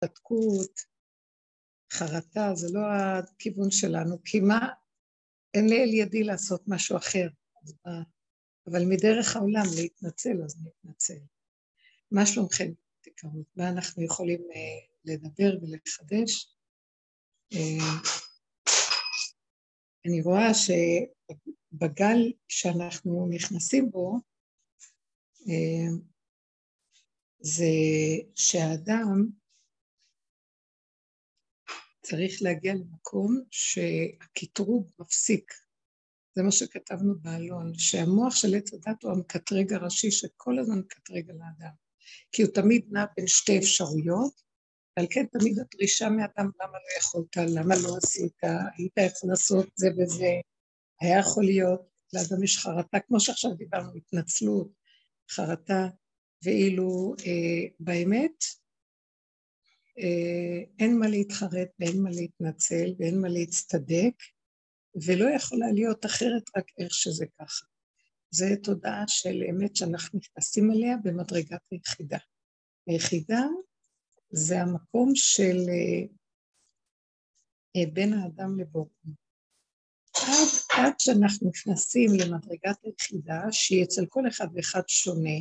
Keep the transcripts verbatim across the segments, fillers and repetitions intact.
התקות, חרטה, זה לא הכיוון שלנו, כי מה, אין לאל ידי לעשות משהו אחר, אבל מדרך העולם להתנצל, אז נתנצל. מה שלומכם, תקרות? מה אנחנו יכולים uh, לדבר ולחדש? Uh, אני רואה שבגל שאנחנו נכנסים בו, uh, זה שהאדם צריך להגיע למקום שהקטרוג מפסיק. זה מה שכתבנו בעלון, שהמוח של עץ הדת הוא המקטרג הראשי שכל הזמן מקטרג על האדם. כי הוא תמיד נע בין שתי אפשרויות, ועל כן תמיד הדרישה מאדם, למה לא יכולת, למה לא עשית, היית יכול לעשות זה וזה, היה יכול להיות, לאדם יש חרטה, כמו שעכשיו דיברנו, התנצלות, חרטה, ואילו אה, באמת, אה, אין מה להתחרט ואין מה להתנצל ואין מה להצטדק, ולא יכולה להיות אחרת רק איך שזה ככה. זה תודעה של אמת שאנחנו נכנסים אליה במדרגת היחידה. היחידה זה המקום של אה, בין האדם לבורא. עד, עד שאנחנו נכנסים למדרגת היחידה, שהיא אצל כל אחד ואחד שונה,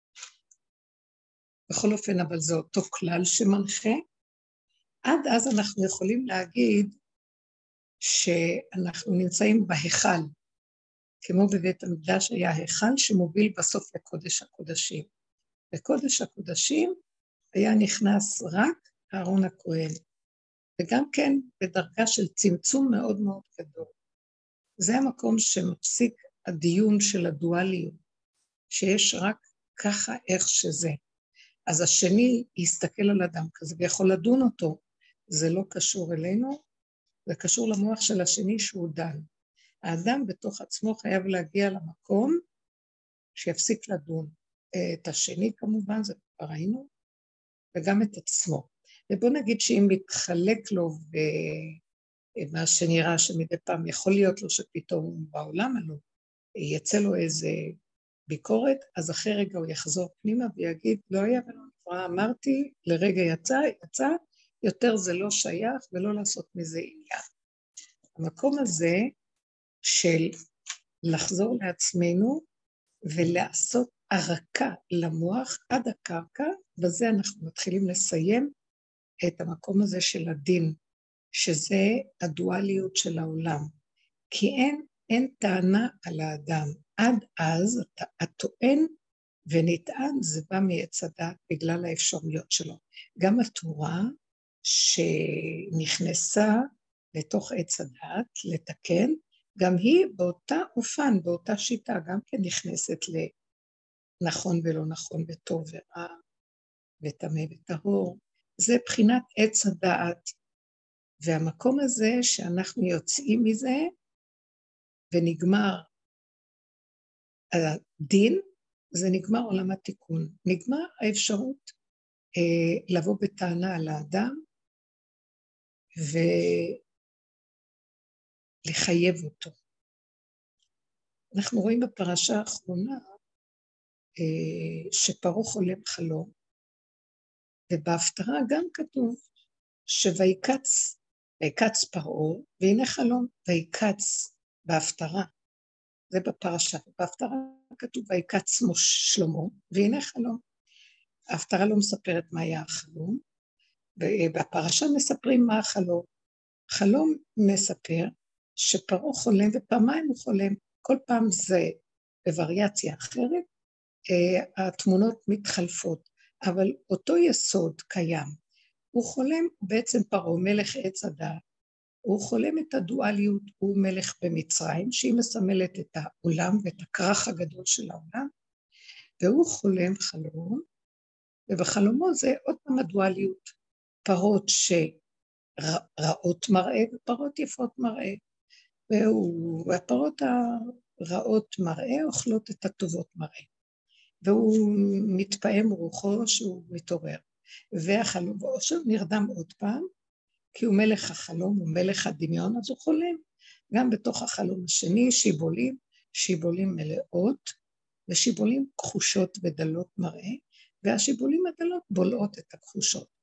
בכל אופן, אבל זה אותו כלל שמנחה, עד אז אנחנו יכולים להגיד שאנחנו נמצאים בהיכל, כמו בבית המקדש היה היכל שמוביל בסוף לקודש הקודשים. בקודש הקודשים היה נכנס רק אהרון הכהן, וגם כן בדרגה של צמצום מאוד מאוד גדול. זה המקום שמפסיק הדיון של הדואליות, שיש רק ככה איך שזה. אז השני יסתכל על אדם כזה ויכול לדון אותו, זה לא קשור אלינו, זה קשור למוח של השני שהוא דן. האדם בתוך עצמו חייב להגיע למקום שיפסיק לדון את השני כמובן, זה כבר ראינו, וגם את עצמו. ובוא נגיד שאם מתחלק לו ומה שנראה שמדי פעם יכול להיות לו שפתאום בעולם עלו, יצא לו איזה ביקורת, אז אחרי רגע הוא יחזור פנימה ויגיד, לא היה ולא נברא, אמרתי, לרגע יצא, יצא, יותר זה לא שייך ולא לעשות מזה עניין. המקום הזה של לחזור לעצמנו ולעשות ערקה למוח עד הקרקע, בזה אנחנו מתחילים לסיים את המקום הזה של הדין, שזה הדואליות של העולם. כי אין, אין טענה על האדם. עד אז הטוען ונטען זה בא מעץ הדת בגלל האפשרויות שלו. גם התורה שנכנסה לתוך עץ הדת לתקן, גם היא באותה אופן, באותה שיטה, גם כן נכנסת לנכון ולא נכון, וטוב ורע, וטמא וטהור. זה בחינת עץ הדעת, והמקום הזה שאנחנו יוצאים מזה, ונגמר הדין, זה נגמר עולם התיקון. נגמר האפשרות אה, לבוא בטענה על האדם, ולחייב אותו. אנחנו רואים בפרשה האחרונה, אה, שפרעה חולם חלום, ובהפטרה גם כתוב, שויקץ, ויקץ פרעה, והנה חלום, ויקץ בהפטרה, זה בפרשה, בהפטרה כתוב, ויקץ שלמה, והנה חלום. ההפטרה לא מספרת מה היה החלום, ובפרשה מספרים מה החלום. חלום מספר שפרעה חולם, ופעמיים הוא חולם, כל פעם זה בווריאציה אחרת, התמונות מתחלפות, אבל אותו יסוד קיים. הוא חולם בעצם פרעה, מלך עץ הדעת, הוא חולם את הדואליות, הוא מלך במצרים, שהיא מסמלת את העולם ואת הכרך הגדול של העולם, והוא חולם חלום, ובחלומו זה עוד פעם הדואליות, פרות שרעות מראה ופרות יפות מראה, והפרות הרעות מראה אוכלות את הטובות מראה, והוא מתפעם רוחו שהוא מתעורר, והחלום עכשיו נרדם עוד פעם, כי הוא מלך החלום, הוא מלך הדמיון, אז הוא חולם. גם בתוך החלום השני, שיבולים, שיבולים מלאות, ושיבולים כחושות ודלות מראה, והשיבולים הדלות בולעות את הכחושות.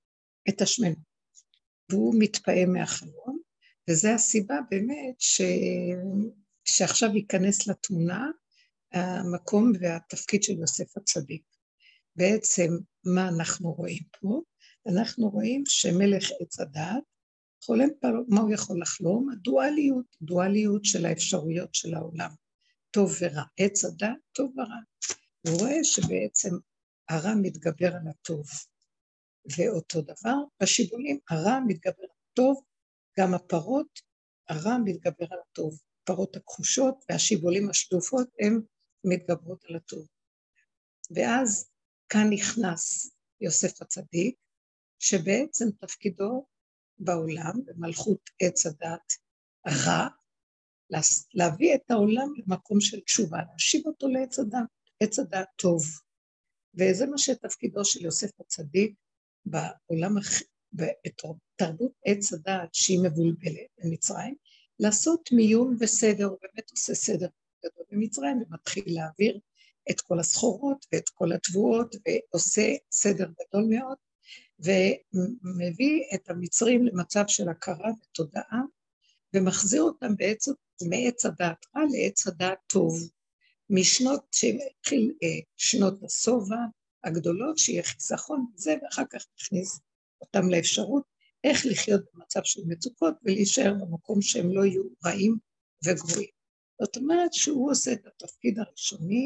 את השמנה, והוא מתפעם מהחלום, וזו הסיבה באמת ש... שעכשיו ייכנס לתמונה המקום והתפקיד של יוסף הצדיק. בעצם מה אנחנו רואים פה? אנחנו רואים שמלך עץ הדעת, חולם פעם, מה הוא יכול לחלום? הדואליות, דואליות של האפשרויות של העולם, טוב ורע, עץ הדעת, טוב ורע. הוא רואה שבעצם הרע מתגבר על הטוב, ואותו דבר, בשיבולים, הרע מתגבר על הטוב, גם הפרות, הרע מתגבר על הטוב, פרות הכחושות והשיבולים השדופות, הן מתגברות על הטוב. ואז כאן נכנס יוסף הצדיק, שבעצם תפקידו בעולם, במלכות עץ הדת רע, להביא את העולם למקום של תשובה, להשיב אותו לעץ הדת, עץ הדת טוב. וזה מה שתפקידו של יוסף הצדיק בעולם, בתרבות עץ הדת שהיא מבולבלת במצרים, לעשות מיון וסדר, הוא באמת עושה סדר גדול במצרים, ומתחיל להעביר את כל הסחורות ואת כל התבואות, ועושה סדר גדול מאוד, ומביא את המצרים למצב של הכרה ותודעה, ומחזיר אותם בעצם מעץ הדעת רע לעץ הדעת טוב, משנות שהתחיל שנות הסובה הגדולות, שיהיה חיסכון וזה, ואחר כך נכניס אותם לאפשרות איך לחיות במצב של מצוקות, ולהישאר במקום שהם לא יהיו רעים וגרועים. זאת אומרת שהוא עושה את התפקיד הראשוני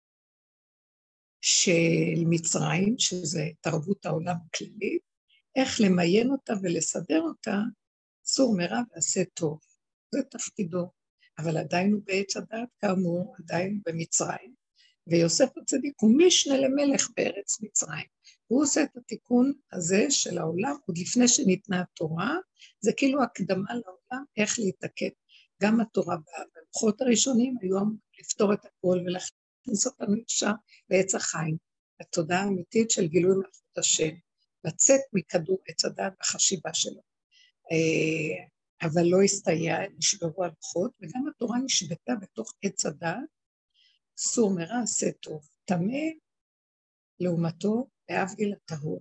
של מצרים, שזה תרבות העולם הכללית, איך למיין אותה ולסדר אותה, סור מרע ועשה טוב. זה תפקידו. אבל עדיין הוא בעץ הדעת, כאמור, עדיין במצרים. ויוסף הצדיק הוא משנה למלך בארץ מצרים. הוא עושה את התיקון הזה של העולם, עוד לפני שניתנה התורה, זה כאילו הקדמה לעולם, איך להתקד. גם התורה במלכות הראשונים היו לפתור את הכל ולהכניס אותנו ישר לעץ החיים. התודעה האמיתית של גילוי מלכות השם, לצאת מכדור עץ הדעת בחשיבה שלו. אבל לא הסתייע, נשברו הלכות, וגם התורה נשבתה בתוך עץ הדעת, סור מרע עשה טוב, טמא לעומתו להבדיל הטהור.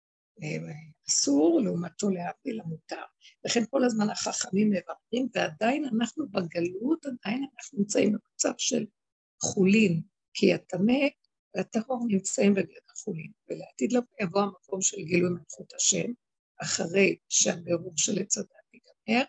אסור לעומתו להבדיל המותר. לכן כל הזמן החכמים מבררים, ועדיין אנחנו בגלות, עדיין אנחנו נמצאים במצב של חולין, כי הטמא והטהור נמצאים בגדר חולין, ולעתיד לבוא יבוא המקום של גילוי מלכות השם, אחרי שהבירור של עץ הדעת ייגמר,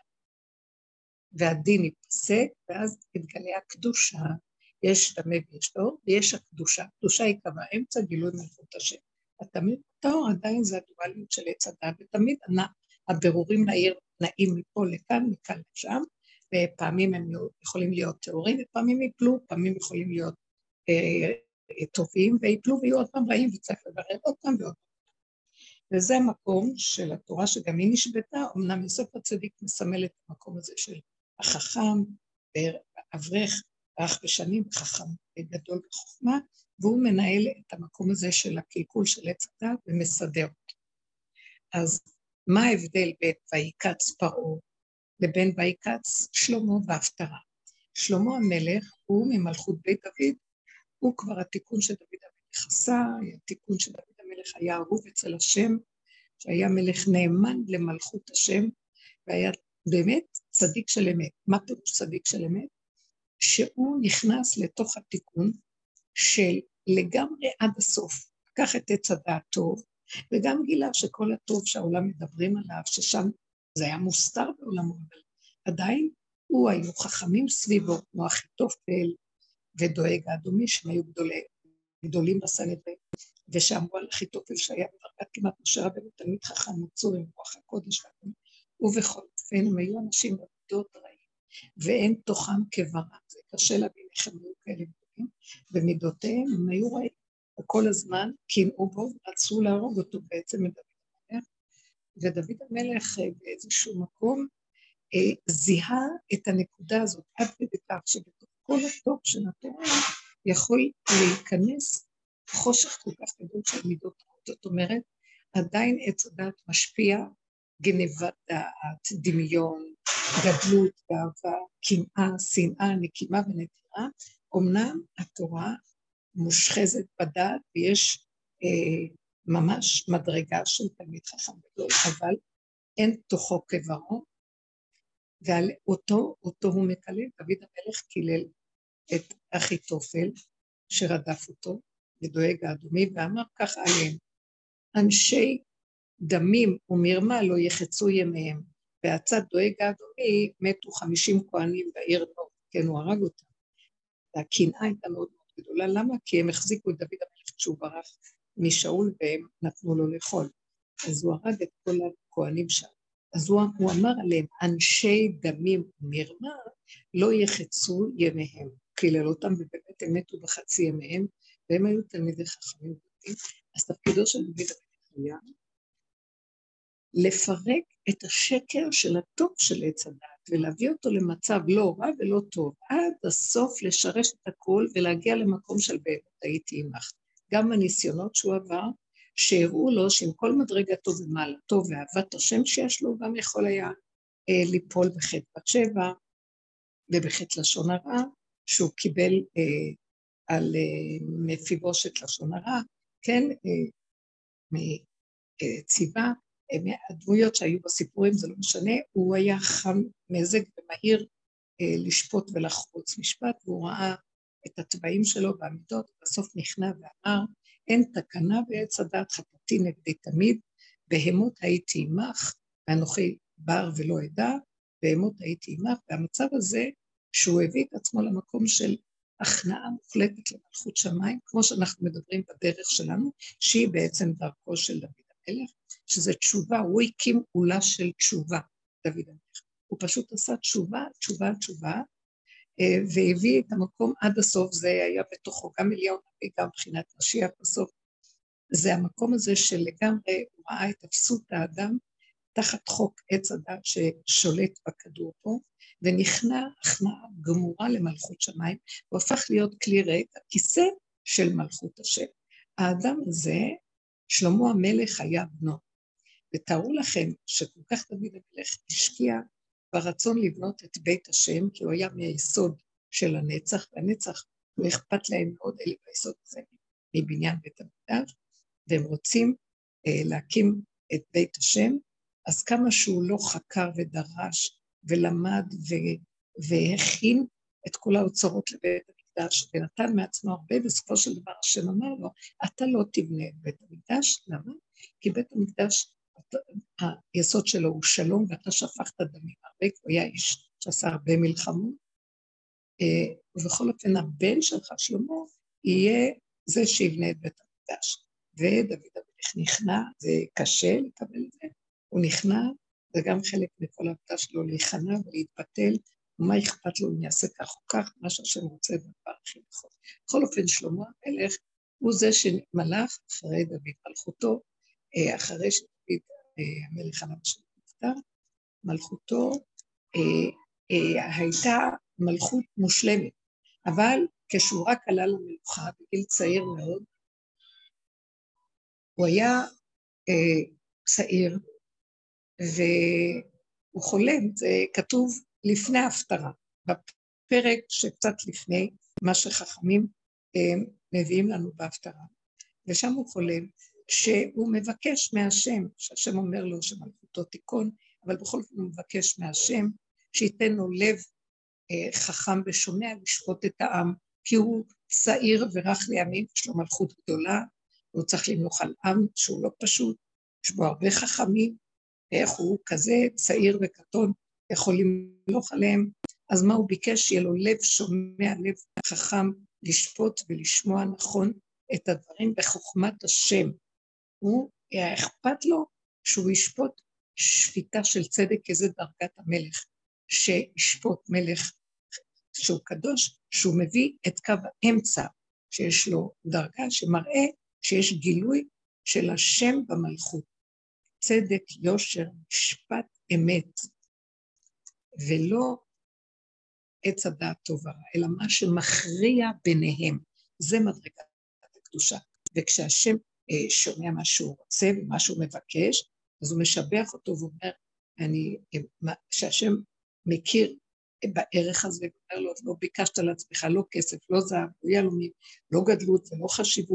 והדין ייפסק, ואז תתגלה הקדושה, יש טמא ויש טהור, ויש הקדושה, הקדושה היא קו האמצע, גילוי מלכות השם. התמיד טהור עדיין זה הדואליות של עץ הדעת, ותמיד הבירורים לעיר נעים מפה לכאן, מכאן לשם, ופעמים הם יכולים להיות טהורים, ופעמים יפלו, פעמים יכולים להיות אה, טובים, ויפלו ויהיו עוד פעם רעים, וצריך לברר עוד פעם ועוד פעם. וזה המקום של התורה שגם היא נשבתה, אמנם יוסף הצדיק מסמל את המקום הזה של החכם, ואברך, רך בשנים, חכם גדול בחוכמה, והוא מנהל את המקום הזה של הקלקול של עץ הדת ומסדר אותו. אז מה ההבדל בין ויקץ פרעה לבין ויקץ שלמה בהפטרה? שלמה המלך הוא ממלכות בית דוד, הוא כבר התיקון שדוד המלך עשה, התיקון שדוד המלך היה אהוב אצל השם, שהיה מלך נאמן למלכות השם, והיה באמת צדיק של אמת. מה פירוש צדיק של אמת? שהוא נכנס לתוך התיקון של לגמרי עד הסוף, לקח את עץ הדעת טוב, וגם גילה שכל הטוב שהעולם מדברים עליו, ששם זה היה מוסתר בעולמו, אבל עדיין הוא היו חכמים סביבו, כמו אחיתופל ודואג האדומי, שהם היו גדולי, גדולים בסנהדרין, ושאמרו על אחיתופל שהיה בדרגת כמעט משה רבנו, תלמיד חכם מצוי עם רוח הקודש, ובכל אופן הם היו אנשים במידות רעים, ואין תוכם כברם, זה קשה להבין איך הם היו כאלה גדולים, במידותיהם הם היו רעים, וכל הזמן קינאו בו, רצו להרוג אותו בעצם מדוד המלך, ודוד המלך באיזשהו מקום אה, זיהה את הנקודה הזאת, עד כדי כך שבתוך כל הטוב של התורה יכול להיכנס חושך כל כך גדול של מידות רעות, זאת אומרת, עדיין עץ הדעת משפיע, גנבת דעת, דמיון, גדלות, גאווה, קנאה, שנאה, נקימה ונטירה, אמנם התורה מושחזת בדעת ויש אה, ממש מדרגה של תלמיד חכם גדול, אבל אין תוכו כברו, ועל אותו, אותו הוא מקלל. דוד המלך קילל את אחיתופל שרדף אותו, ודואג האדומי, ואמר כך עליהם, אנשי דמים ומרמה לא יחצו ימיהם, והצד דואג האדומי מתו חמישים כהנים בעיר נוב, כן הוא הרג אותם. והקנאה הייתה מאוד מאוד גדולה, למה? כי הם החזיקו את דוד המלך כשהוא ברח משאול והם נתנו לו לאכול, אז הוא הרג את כל הכהנים שם. אז הוא, הוא אמר עליהם, אנשי דמים ומרמה לא יחצו ימיהם, קילל אותם ובאמת הם מתו בחצי ימיהם, והם היו תלמידי חכמים גדולים. אז תפקידו של דוד המלך היה לפרק את השקר של הטוב של עץ הדעת, ולהביא אותו למצב לא רע ולא טוב, עד הסוף לשרש את הכל ולהגיע למקום של באמת הייתי עמך. גם הניסיונות שהוא עבר, שהראו לו שעם כל מדרגתו ומעלתו ואהבת השם שיש לו, גם יכול היה אה, ליפול בחטא בת שבע, ובחטא לשון הרע, שהוא קיבל אה, על אה, מפיבושת לשון הרע, כן, אה, מציבה, אה, הדמויות שהיו בסיפורים, זה לא משנה, הוא היה חם מזג ומהיר אה, לשפוט ולחרוץ משפט, והוא ראה את הטבעים שלו בעמידות, בסוף נכנע ואמר, אין תקנה בעץ הדת, חטאתי נגדי תמיד, בהמות הייתי עמך, ואנוכי בר ולא עדה, בהמות הייתי עמך, והמצב הזה, שהוא הביא את עצמו למקום של הכנעה מוחלטת למלכות שמיים, כמו שאנחנו מדברים בדרך שלנו, שהיא בעצם דרכו של דוד המלך, שזה תשובה, הוא הקים עולה של תשובה, דוד המלך. הוא פשוט עשה תשובה, תשובה, תשובה, והביא את המקום עד הסוף, זה היה בתוכו גם אליהו נביא, גם מבחינת משיח בסוף. זה המקום הזה שלגמרי הוא ראה את אפסות האדם, תחת חוק עץ הדת ששולט בכדור פה, ונכנע הכנעה גמורה למלכות שמיים, הוא הפך להיות כלי ריק, הכיסא של מלכות השם. האדם הזה, שלמה המלך היה בנו, ותארו לכם שכל כך דוד המלך השקיע ברצון לבנות את בית השם, כי הוא היה מהיסוד של הנצח, והנצח לא אכפת להם מאוד, אלה ביסוד הזה מבניין בית המקדש, והם רוצים אה, להקים את בית השם, אז כמה שהוא לא חקר ודרש ולמד ו- והכין את כל האוצרות לבית המקדש, ונתן מעצמו הרבה, בסופו של דבר השם אמר לו, אתה לא תבנה את בית המקדש, למה? כי בית המקדש, היסוד שלו הוא שלום, ואתה שפכת דמים הרבה, הוא היה איש שעשה הרבה מלחמות, ובכל אופן הבן שלך שלמה יהיה זה שיבנה את בית המקדש. ודוד המלך נכנע, זה קשה לקבל את זה, הוא נכנע, זה גם חלק מכל העבודה שלו להיכנע ולהתפתל, ומה אכפת לו אם יעשה כך או כך, מה שהשם רוצה דבר הכי נכון. בכל אופן שלמה המלך הוא זה שמלך אחרי דוד מלכותו, אחרי שדוד המלך עליו השם נפטר, מלכותו אה, אה, הייתה מלכות מושלמת, אבל כשהוא רק עלה למלוכה בגיל צעיר מאוד, הוא היה אה, צעיר, והוא חולם, זה כתוב לפני ההפטרה, בפרק שקצת לפני מה שחכמים אה, מביאים לנו בהפטרה, ושם הוא חולם שהוא מבקש מהשם, שהשם אומר לו שמלכותו תיקון, אבל בכל זאת הוא מבקש מהשם שייתן לו לב אה, חכם ושומע לשפוט את העם, כי הוא צעיר ורך לימים, יש לו מלכות גדולה, הוא צריך למלוך על עם שהוא לא פשוט, יש בו הרבה חכמים, איך הוא כזה צעיר וקטון יכול למלוך עליהם, אז מה הוא ביקש? שיהיה לו לב שומע, לב חכם, לשפוט ולשמוע נכון את הדברים בחוכמת השם. הוא היה אכפת לו שהוא ישפוט שפיטה של צדק, איזה דרגת המלך, שישפוט מלך שהוא קדוש, שהוא מביא את קו האמצע, שיש לו דרגה שמראה שיש גילוי של השם במלכות. צדק, יושר, משפט, אמת, ולא עץ הדעת טובה, אלא מה שמכריע ביניהם. זה מדרגת הקדושה. וכשהשם אה, שומע מה שהוא רוצה ומה שהוא מבקש, אז הוא משבח אותו ואומר, אני, שהשם מכיר בערך הזה, ואומר לו, לא ביקשת לעצמך, לא כסף, לא זהב, לא יהלומים, לא גדלות ולא חשיבות,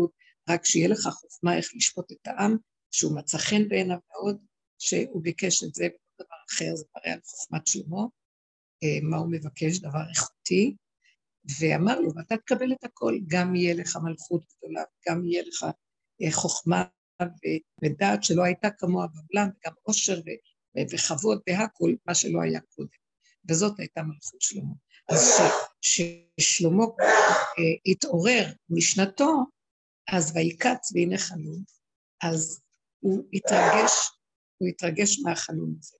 רק שיהיה לך חוכמה איך לשפוט את העם, שהוא מצא חן בעיניו מאוד, שהוא ביקש את זה, וכל דבר אחר, זה מראה על חוכמת שלמה, מה הוא מבקש, דבר איכותי, ואמר לו, ואתה תקבל את הכל, גם יהיה לך מלכות גדולה, גם יהיה לך חוכמה ודעת שלא הייתה כמוה בעולם, וגם עושר וכבוד והכל, מה שלא היה קודם. וזאת הייתה מלכות שלמה. אז כששלמה התעורר משנתו, אז ויקץ והנה חלום, אז הוא התרגש, הוא התרגש מהחלום הזה.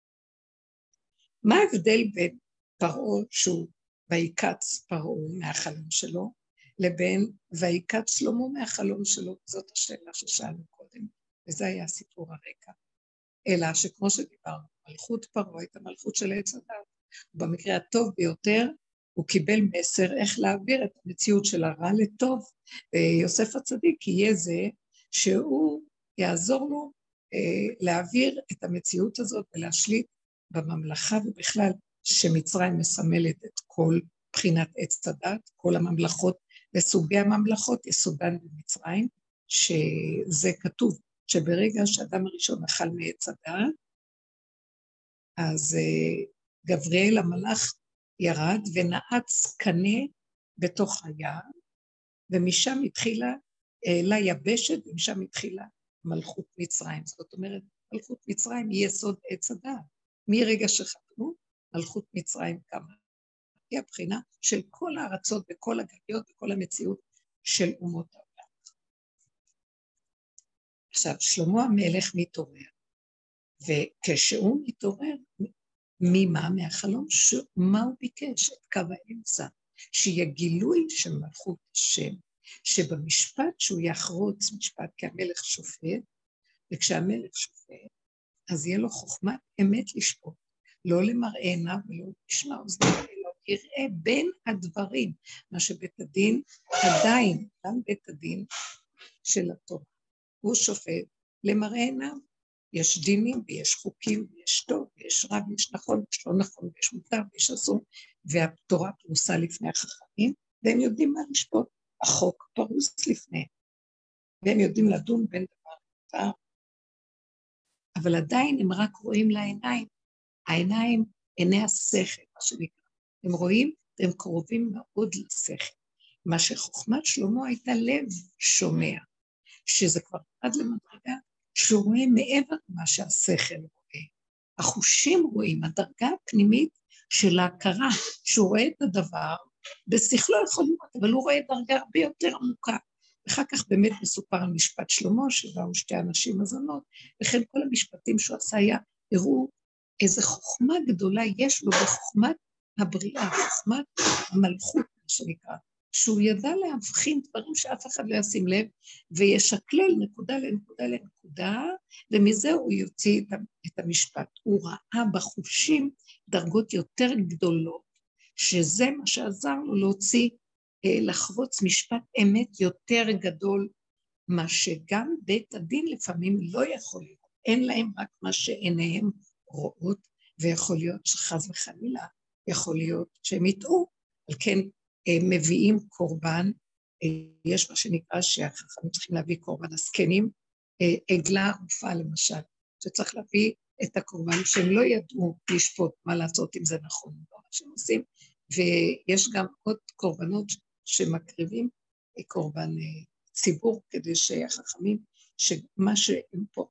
מה ההבדל בין פרעה שהוא ויקץ פרעה מהחלום שלו, לבין ויקץ שלמה מהחלום שלו? זאת השאלה ששאלנו קודם, וזה היה סיפור הרקע. אלא שכמו שדיברנו, מלכות פרעה הייתה מלכות של עץ הדת, במקרה הטוב ביותר, הוא קיבל מסר איך להעביר את המציאות של הרע לטוב, ויוסף הצדיק יהיה זה שהוא יעזור לו אה, להעביר את המציאות הזאת ולהשליט בממלכה, ובכלל שמצרים מסמלת את כל בחינת עץ הדת, כל הממלכות וסוגי הממלכות יסודן במצרים, שזה כתוב שברגע שאדם הראשון אכל מעץ הדת, אז אה, גבריאל המלאך ירד ונעץ קנה בתוך היער, ומשם התחילה ליבשת, ומשם התחילה מלכות מצרים. זאת אומרת, מלכות מצרים היא יסוד עץ הדת. מרגע שחתמו, מלכות מצרים קמה. היא הבחינה של כל הארצות וכל הגליות וכל המציאות של אומות העולם. עכשיו, שלמה המלך מתעורר, וכשהוא מתעורר, ממה? מהחלום, מה הוא ביקש? את קו האמצע, שיהיה גילוי של מלכות השם, שבמשפט שהוא יחרוץ משפט, כי המלך שופט, וכשהמלך שופט, אז יהיה לו חוכמת אמת לשפוט, לא למראה עיניו ולא לשמע אוזניו, אלא יראה בין הדברים, מה שבית הדין עדיין, גם בית הדין של התורה, הוא שופט למראה עיניו, יש דינים ויש חוקים ויש טוב ויש רע ויש נכון ויש לא נכון ויש מותר ויש אסור, והתורה פרוסה לפני החכמים, והם יודעים מה לשפוט, החוק פרוס לפני, והם יודעים לדון בין דבר לדבר, אבל עדיין הם רק רואים לעיניים, העיניים עיני השכל, מה שנקרא, הם רואים והם קרובים מאוד לשכל, מה שחוכמת שלמה הייתה לב שומע, שזה כבר עד למדרגה, שהוא רואה מעבר למה שהשכל רואה. החושים רואים, הדרגה הפנימית של ההכרה, שהוא רואה את הדבר, בשכלו יכול לראות, אבל הוא רואה דרגה הרבה יותר עמוקה. ואחר כך באמת מסופר על משפט שלמה, שבאו שתי אנשים הזונות, וכן כל המשפטים שהוא עשה היה, הראו איזו חוכמה גדולה יש לו בחוכמת הבריאה, חוכמת המלכות, מה שנקרא. שהוא ידע להבחין דברים שאף אחד לא ישים לב, וישקלל נקודה לנקודה לנקודה, ומזה הוא יוציא את המשפט. הוא ראה בחושים דרגות יותר גדולות, שזה מה שעזר לו להוציא, לחרוץ משפט אמת יותר גדול, מה שגם בית הדין לפעמים לא יכול להיות. אין להם רק מה שעיניהם רואות, ויכול להיות שחז וחלילה, יכול להיות שהם יטעו, על כן, מביאים קורבן, יש מה שנקרא שהחכמים צריכים להביא קורבן הזקנים, עגלה ערופה למשל, שצריך להביא את הקורבן שהם לא ידעו לשפוט מה לעשות אם זה נכון, לא מה שהם עושים, ויש גם עוד קורבנות שמקריבים קורבן ציבור, כדי שהחכמים, שמה שהם פה,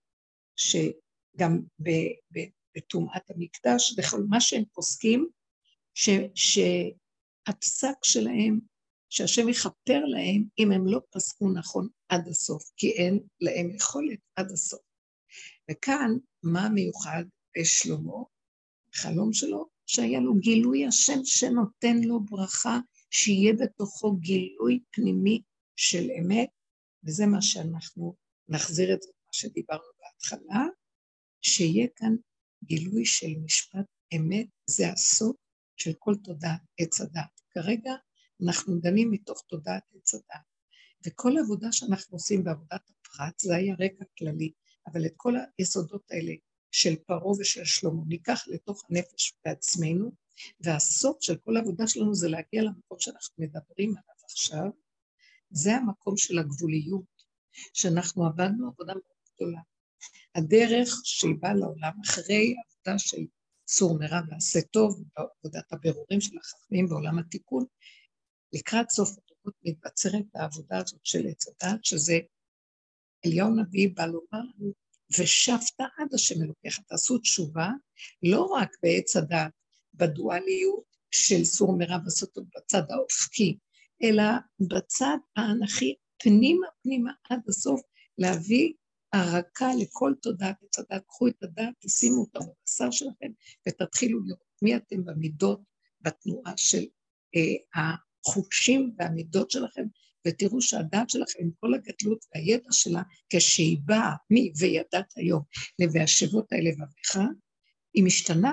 שגם בתומעת המקדש, בכל מה שהם פוסקים, ש... ש... הפסק שלהם, שהשם יכפר להם, אם הם לא פסקו נכון עד הסוף, כי אין להם יכולת עד הסוף. וכאן, מה מיוחד בשלמה? החלום שלו, שהיה לו גילוי השם שנותן לו ברכה, שיהיה בתוכו גילוי פנימי של אמת, וזה מה שאנחנו נחזיר את זה, מה שדיברנו בהתחלה, שיהיה כאן גילוי של משפט אמת, זה הסוף, של כל תודעת עץ הדת. כרגע אנחנו דנים מתוך תודעת עץ הדת, וכל העבודה שאנחנו עושים בעבודת הפרט, זה היה רקע כללי, אבל את כל היסודות האלה של פרעה ושל שלמה, ניקח לתוך הנפש בעצמנו, והסוף של כל העבודה שלנו זה להגיע למקום שאנחנו מדברים עליו עכשיו, זה המקום של הגבוליות, שאנחנו עבדנו עבודה מאוד גדולה. הדרך שהיא באה לעולם אחרי עבודה של סור מרע ועשה טוב, בעבודת הבירורים של החכמים בעולם התיקון, לקראת סוף הדורות מתבצרת העבודה הזאת של עץ הדת, שזה אליהו נביא בא לומר לנו, ושבת עד השם אלוקיך, תעשו תשובה, לא רק בעץ הדת, בדואליות של סור מרע ועשה טוב בצד האופקי, אלא בצד האנכי, פנימה פנימה עד הסוף, להביא הרקה לכל תודעת עץ הדת, קחו את הדת, תשימו אותה בבשר שלכם, ותתחילו לראות מי אתם במידות, בתנועה של אה, החושים והמידות שלכם, ותראו שהדעת שלכם, עם כל הגדלות והידע שלה, כשהיא באה מי וידעת היום, לבהשבות האלה לבביך, היא משתנה,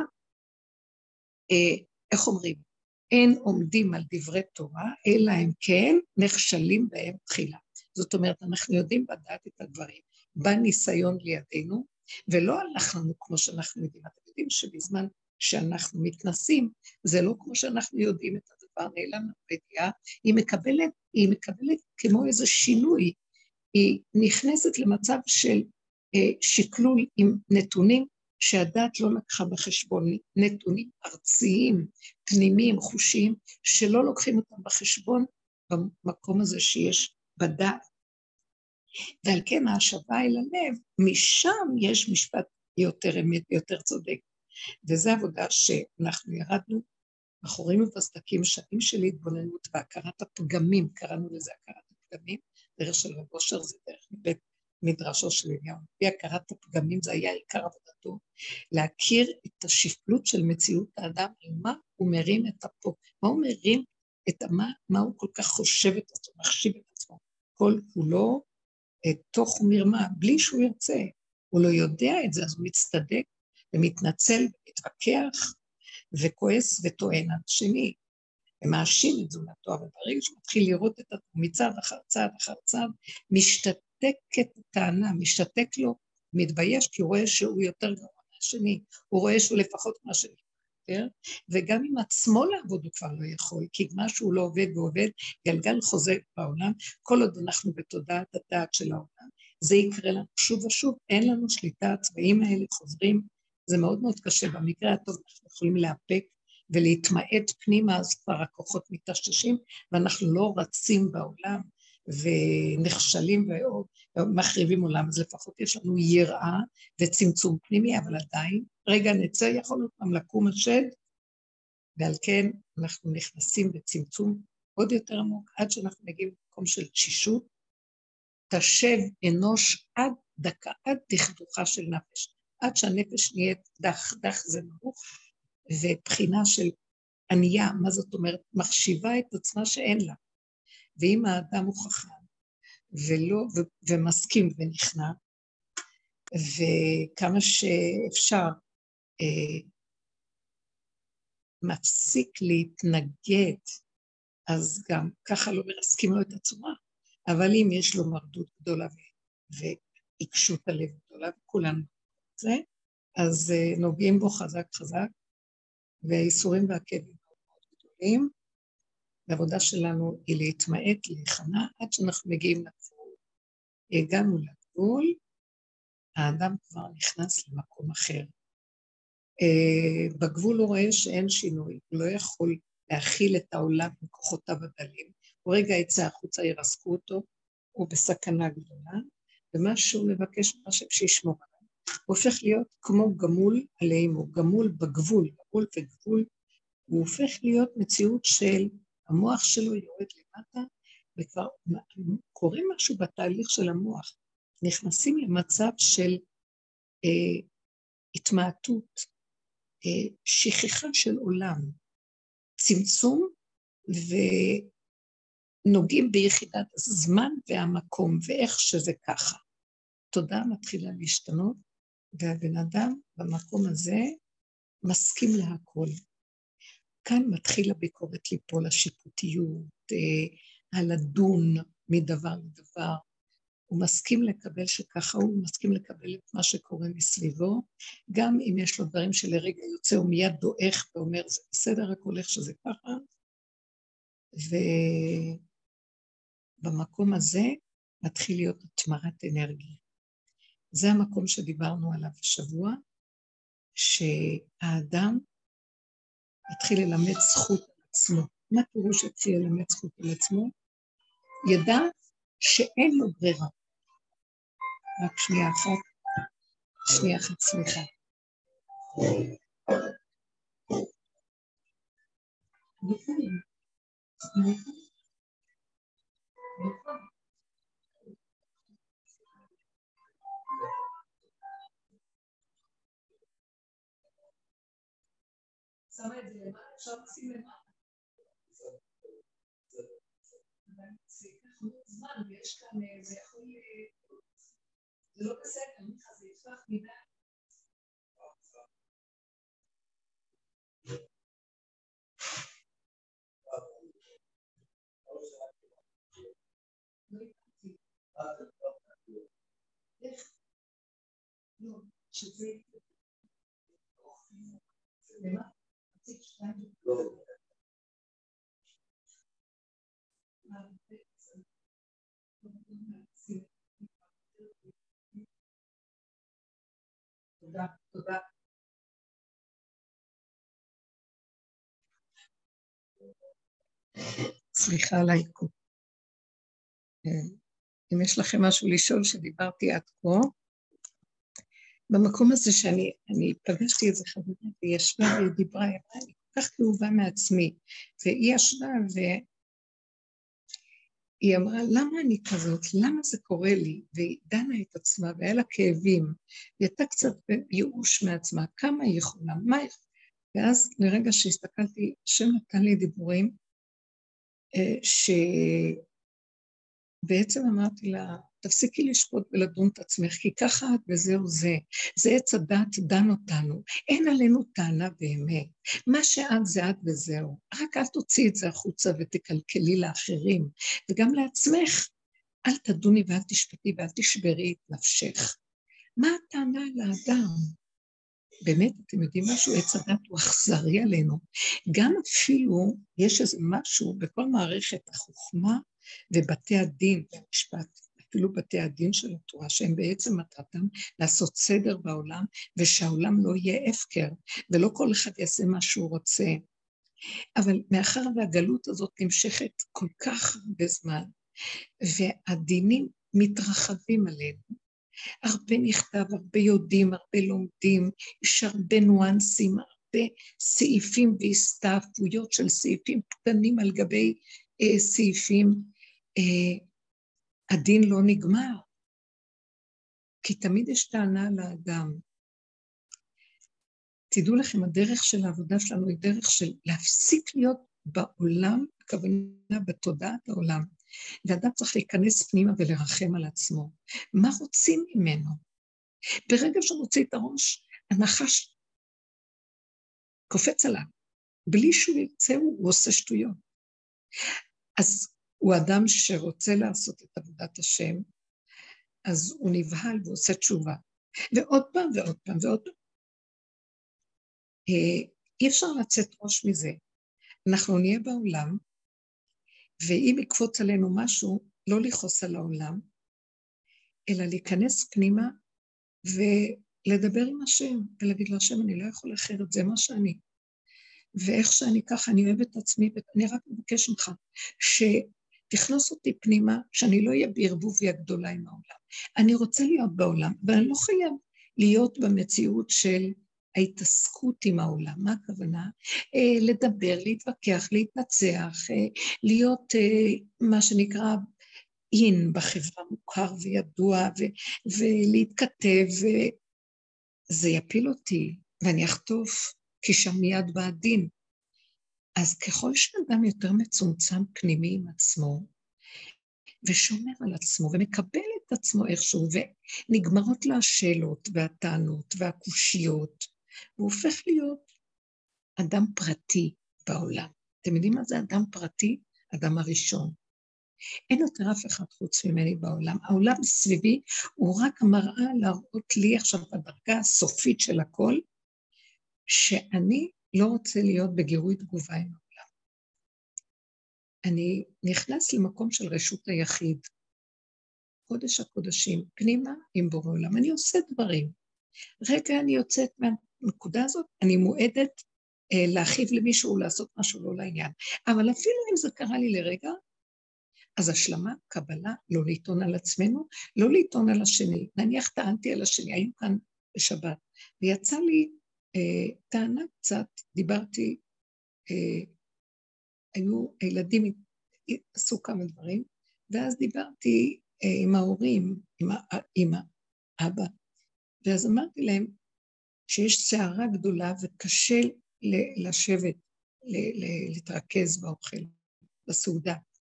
אה, איך אומרים? אין עומדים על דברי תורה, אלא הם כן נכשלים בהם תחילה. זאת אומרת, אנחנו יודעים בדעת את הדברים, בניסיון לידינו, ולא הלך לנו כמו שאנחנו יודעים. אתם יודעים שבזמן שאנחנו מתנסים, זה לא כמו שאנחנו יודעים את הדבר, נעלם לנו בידיעה, היא מקבלת, היא מקבלת כמו איזה שינוי, היא נכנסת למצב של אה, שקלול עם נתונים, שהדעת לא לקחה בחשבון, נתונים ארציים, פנימיים, חושיים, שלא לוקחים אותם בחשבון במקום הזה שיש בדעת. ועל כן ההשבה אל הלב, משם יש משפט יותר אמת, יותר צודק. וזו עבודה שאנחנו ירדנו, אנחנו ראינו בסדקים שנים של התבוננות והכרת הפגמים, קראנו לזה הכרת הפגמים, דרך של רב אושר זה דרך מבית מדרשו של אליהו, הכרת הפגמים זה היה עיקר עבודתו, להכיר את השפלות של מציאות האדם, מה הוא מרים את הפו, מה הוא מרים את מה, מה הוא כל כך חושב את עצמו, מחשיב את עצמו, כל כולו תוך מרמה, בלי שהוא ירצה, הוא לא יודע את זה, אז הוא מצטדק ומתנצל ומתווכח וכועס וטוען על שני, ומאשים את זולתו, אבל ברגע שהוא מתחיל לראות את עצמו מצד אחר צד אחר צד, משתתקת טענה, משתתק לו, מתבייש כי הוא רואה שהוא יותר גרוע מהשני, הוא רואה שהוא לפחות מהשני יותר, וגם עם עצמו לעבוד הוא כבר לא יכול, כי משהו לא עובד ועובד, גלגל חוזר בעולם, כל עוד אנחנו בתודעת הדעת של העולם, זה יקרה לנו שוב ושוב, אין לנו שליטה, הצבעים האלה חוזרים, זה מאוד מאוד קשה, במקרה הטוב אנחנו יכולים להפק, ולהתמעט פנימה, אז כבר הכוחות מתששים, ואנחנו לא רצים בעולם, ונכשלים ומחריבים עולם, אז לפחות יש לנו יראה וצמצום פנימי, אבל עדיין, רגע נצא, יכול להיות פעם לקום השד, ועל כן אנחנו נכנסים בצמצום עוד יותר עמוק, עד שאנחנו מגיעים למקום של תשישות, תשב אנוש עד דקה, עד דכדוכה של נפש, עד שהנפש נהיית דח, דח זה נמוך, ובחינה של ענייה, מה זאת אומרת? מחשיבה את עצמה שאין לה. ואם האדם הוא חכם, ולא, ו, ומסכים ונכנע, וכמה שאפשר, אה, מפסיק להתנגד, אז גם ככה לא מרסקים לו את הצורה. אבל אם יש לו מרדות גדולה ועיקשות הלב גדולה, וכולנו זה, אז אה, נוגעים בו חזק חזק, והאיסורים והכאבים מאוד גדולים, והעבודה שלנו היא להתמעט, להיכנע, עד שאנחנו מגיעים לגבול. הגענו לגבול, האדם כבר נכנס למקום אחר. בגבול הוא רואה שאין שינוי, הוא לא יכול להכיל את העולם מכוחותיו הדלים, הוא רגע יצא החוצה, ירסקו אותו, הוא בסכנה גדולה, ומה שהוא מבקש משהו שישמור עליו. הוא הופך להיות כמו גמול עליהם, הוא גמול בגבול, גמול וגבול, הוא הופך להיות מציאות של המוח שלו יורד למטה, וכבר קורה משהו בתהליך של המוח, נכנסים למצב של אה, התמעטות, אה, שכחה של עולם, צמצום, ונוגעים ביחידת הזמן והמקום, ואיך שזה ככה. תודה מתחילה להשתנות, והבן אדם במקום הזה מסכים להכל. כאן מתחיל הביקורת ליפול, השיפוטיות, הלדון מדבר לדבר. הוא מסכים לקבל שככה הוא, הוא מסכים לקבל את מה שקורה מסביבו, גם אם יש לו דברים שלרגע יוצא, הוא מיד דואך ואומר, זה בסדר, הכל איך שזה ככה. ובמקום הזה, מתחיל להיות התמרת אנרגיה. זה המקום שדיברנו עליו השבוע, שהאדם מתחיל ללמד זכות על עצמו. מה פירוש התחיל ללמד זכות על עצמו? ידע שאין לו ברירה. רק שנייה אחת, שנייה אחת, סליחה. שמה את זה למעלה, אפשר לשים למעלה. זה ייקח מאוד זמן, ויש כאן, זה יכול, זה לא בסדר, מיכה, זה יפתח מידה. איך? לא, שזה... למה? תציג שתיים. לא. תודה, תודה. סליחה על העיכוב. אם יש לכם משהו לשאול שדיברתי עד כה, במקום הזה שאני אני פגשתי איזה חברה, והיא ישבה והיא דיברה, היא אמרה, אני כל כך כאובה מעצמי, והיא ישבה והיא אמרה, למה אני כזאת? למה זה קורה לי? והיא דנה את עצמה, והיה לה כאבים, היא הייתה קצת בייאוש מעצמה, כמה היא יכולה, מה היא יכולה? ואז לרגע שהסתכלתי, השם נתן לי דיבורים, שבעצם אמרתי לה, תפסיקי לשפוט ולדון את עצמך, כי ככה את וזהו זה, זה עץ הדת דן אותנו, אין עלינו טענה באמת, מה שאת זה את וזהו, רק אל תוציא את זה החוצה ותקלקלי לאחרים, וגם לעצמך, אל תדוני ואל תשפטי ואל תשברי את נפשך. מה הטענה על האדם? באמת, אתם יודעים משהו, עץ הדת הוא אכזרי עלינו, גם אפילו יש איזה משהו בכל מערכת החוכמה ובתי הדין והמשפט, אפילו בתי הדין של התורה, שהם בעצם מטרתם לעשות סדר בעולם, ושהעולם לא יהיה הפקר, ולא כל אחד יעשה מה שהוא רוצה. אבל מאחר והגלות הזאת נמשכת כל כך הרבה זמן, והדינים מתרחבים עלינו, הרבה נכתב, הרבה יודעים, הרבה לומדים, יש הרבה נואנסים, הרבה סעיפים והסתעפויות של סעיפים קטנים על גבי אה, סעיפים, אה, הדין לא נגמר, כי תמיד יש טענה לאדם. תדעו לכם, הדרך של העבודה שלנו היא דרך של להפסיק להיות בעולם, הכוונה בתודעת העולם, ואדם צריך להיכנס פנימה ולרחם על עצמו. מה רוצים ממנו? ברגע שהוא מוציא את הראש, הנחש קופץ עליו, בלי שהוא ירצה הוא עושה שטויות. אז הוא אדם שרוצה לעשות את עבודת השם, אז הוא נבהל ועושה תשובה. ועוד פעם ועוד פעם ועוד פעם. אי אפשר לצאת ראש מזה. אנחנו נהיה בעולם, ואם יקפוץ עלינו משהו, לא לכעוס על העולם, אלא להיכנס פנימה ולדבר עם השם, ולהגיד לו, השם, אני לא יכול אחרת, זה מה שאני. ואיך שאני ככה, אני אוהבת את עצמי, ואני רק מבקש ממך, שתכנוס אותי פנימה, שאני לא אהיה בערבוביה הגדולה עם העולם. אני רוצה להיות בעולם, אבל אני לא חייב להיות במציאות של ההתעסקות עם העולם. מה הכוונה? אה, לדבר, להתווכח, להתנצח, אה, להיות אה, מה שנקרא אין בחברה מוכר וידוע, ו- ולהתכתב, וזה יפיל אותי, ואני אחטוף, כי שם מיד בעדין. אז ככל שאדם יותר מצומצם פנימי עם עצמו, ושומר על עצמו, ומקבל את עצמו איכשהו, ונגמרות לו השאלות והטענות והקושיות, הוא הופך להיות אדם פרטי בעולם. אתם יודעים מה זה אדם פרטי? אדם הראשון. אין יותר אף אחד חוץ ממני בעולם. העולם סביבי הוא רק מראה להראות לי עכשיו בדרגה הסופית של הכל, שאני לא רוצה להיות בגירוי תגובה עם העולם. אני נכנס למקום של רשות היחיד. קודש הקודשים, פנימה עם בורא עולם. אני עושה דברים. רגע אני יוצאת מהנקודה הזאת, אני מועדת אה, להכיב למישהו, לעשות משהו לא לעניין. אבל אפילו אם זה קרה לי לרגע, אז השלמה, קבלה, לא לעיתון על עצמנו, לא לעיתון על השני. נניח טענתי על השני, היו כאן בשבת, ויצא לי אה, טענה קצת, דיברתי, אה, היו הילדים, עשו כמה דברים, ואז דיברתי אה, עם ההורים, עם האמא, אבא, ואז אמרתי להם שיש סערה גדולה וקשה לשבת, להתרכז באוכל, בסעודה.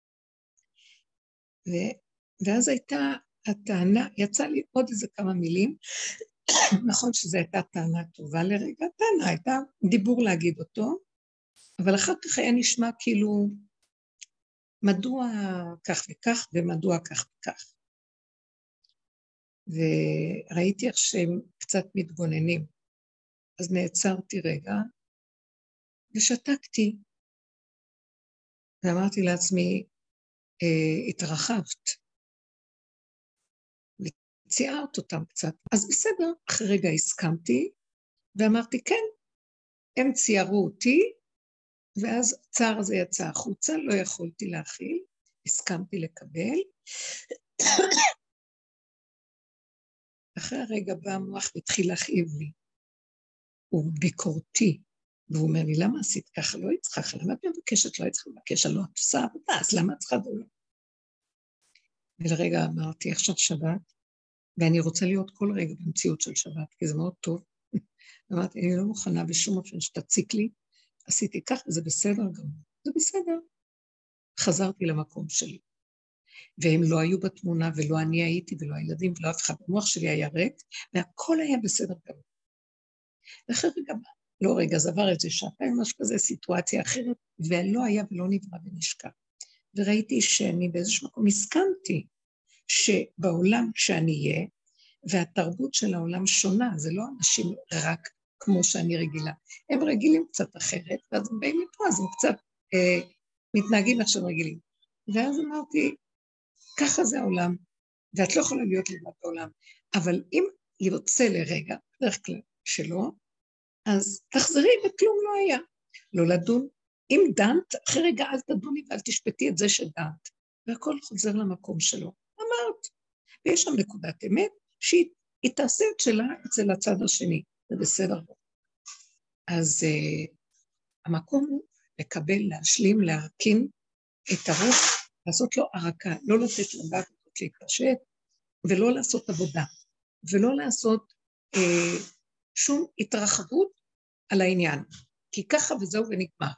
ואז הייתה הטענה, יצא לי עוד איזה כמה מילים, נכון שזו הייתה טענה טובה לרגע, טענה הייתה דיבור להגיד אותו, אבל אחר כך היה נשמע כאילו, מדוע כך וכך ומדוע כך וכך. וראיתי איך שהם קצת מתגוננים, אז נעצרתי רגע, ושתקתי, ואמרתי לעצמי, אה, התרחבת, וציירת אותם קצת, אז בסדר, אחרי רגע הסכמתי, ואמרתי כן, הם ציירו אותי, ואז צער הזה יצא החוצה, לא יכולתי להכיל, הסכמתי לקבל, אחרי הרגע בא המוח והתחיל להכאיב לי, הוא ביקורתי, והוא אומר לי, למה עשית ככה? לא יצחק, למה את מבקשת? לא יצחק לבקש, לא את עושה עבודה, אז למה את צריכה דולה? ולרגע אמרתי, עכשיו שבת, ואני רוצה להיות כל רגע במציאות של שבת, כי זה מאוד טוב. אמרתי, אני לא מוכנה בשום אופן שתציק לי, עשיתי כך, וזה בסדר גם, זה בסדר. חזרתי למקום שלי, והם לא היו בתמונה, ולא אני הייתי, ולא הילדים, ולא אף אחד, המוח שלי היה ריק, והכל היה בסדר גם. ואחרי רגע, לא רגע, זה עבר את זה שעתיים, משהו כזה, סיטואציה אחרת, ולא היה ולא נברא ונשכח. וראיתי שאני באיזשהו מקום הסכמתי, שבעולם שאני אהיה, והתרבות של העולם שונה, זה לא אנשים רק כמו שאני רגילה. הם רגילים קצת אחרת, ואז הם באים לפה, אז הם קצת אה, מתנהגים איך שהם רגילים. ואז אמרתי, ככה זה העולם, ואת לא יכולה להיות לבד בעולם, אבל אם יוצא לרגע, בדרך כלל שלא, אז תחזרי וכלום לא היה. לא לדון. אם דנת, אחרי רגע אל תדוני ואל תשפטי את זה שדנת. והכל חוזר למקום שלו. אמרת. ויש שם נקודת אמת, שהיא תעשה את שלה אצל הצד השני. זה בסדר. אז uh, המקום הוא לקבל, להשלים, להרכין את הרוח, לעשות לו ערקה, לא לתת לבת להתפשט, ולא לעשות עבודה, ולא לעשות uh, שום התרחבות על העניין. כי ככה וזהו ונגמר.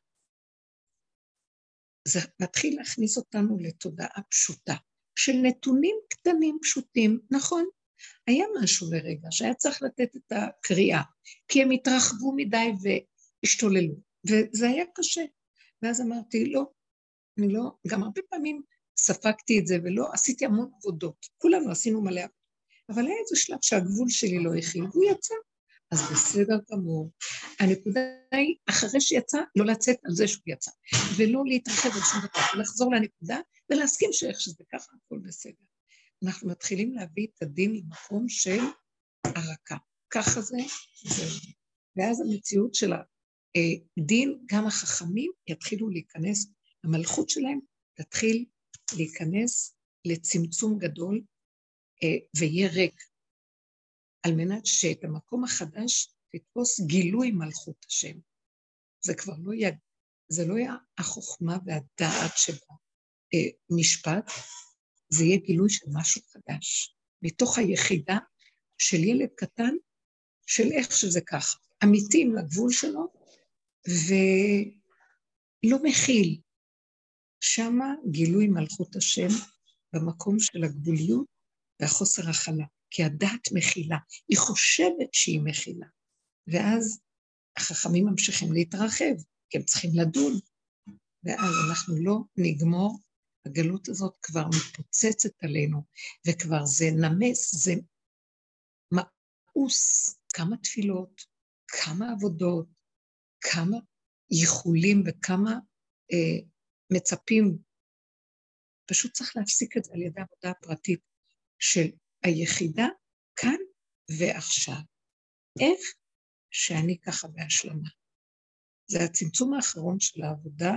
זה מתחיל להכניס אותנו לתודעה פשוטה, של נתונים קטנים פשוטים, נכון? היה משהו לרגע שהיה צריך לתת את הקריאה, כי הם התרחבו מדי והשתוללו, וזה היה קשה. ואז אמרתי, לא, אני לא, גם הרבה פעמים ספקתי את זה ולא, עשיתי המון עבודות, כולנו עשינו מלא עבודות, אבל היה איזה שלב שהגבול שלי לא הכיל, והוא יצא. אז בסדר גמור. הנקודה היא, אחרי שיצא, לא לצאת על זה שהוא יצא, ולא להתרחב על שום דבר, ולחזור לנקודה, ולהסכים שאיך שזה ככה, הכל בסדר. אנחנו מתחילים להביא את הדין למקום של ערקה. ככה זה, זהו. ואז המציאות של הדין, גם החכמים יתחילו להיכנס, המלכות שלהם תתחיל להיכנס לצמצום גדול, ויהיה ריק. על מנת שאת המקום החדש תתפוס גילוי מלכות השם. זה כבר לא יהיה, זה לא יהיה החוכמה והדעת שבה אה, משפט, זה יהיה גילוי של משהו חדש, מתוך היחידה של ילד קטן, של איך שזה ככה, אמיתים לגבול שלו, ולא מכיל. שמה גילוי מלכות השם, במקום של הגבוליות והחוסר הכלה. כי הדעת מכילה, היא חושבת שהיא מכילה, ואז החכמים ממשיכים להתרחב, כי הם צריכים לדון, ואז אנחנו לא נגמור, הגלות הזאת כבר מתפוצצת עלינו, וכבר זה נמס, זה מאוס, כמה תפילות, כמה עבודות, כמה ייחולים וכמה אה, מצפים, פשוט צריך להפסיק את זה על ידי עבודה פרטית, של היחידה כאן ועכשיו. איך שאני ככה בהשלמה. זה הצמצום האחרון של העבודה,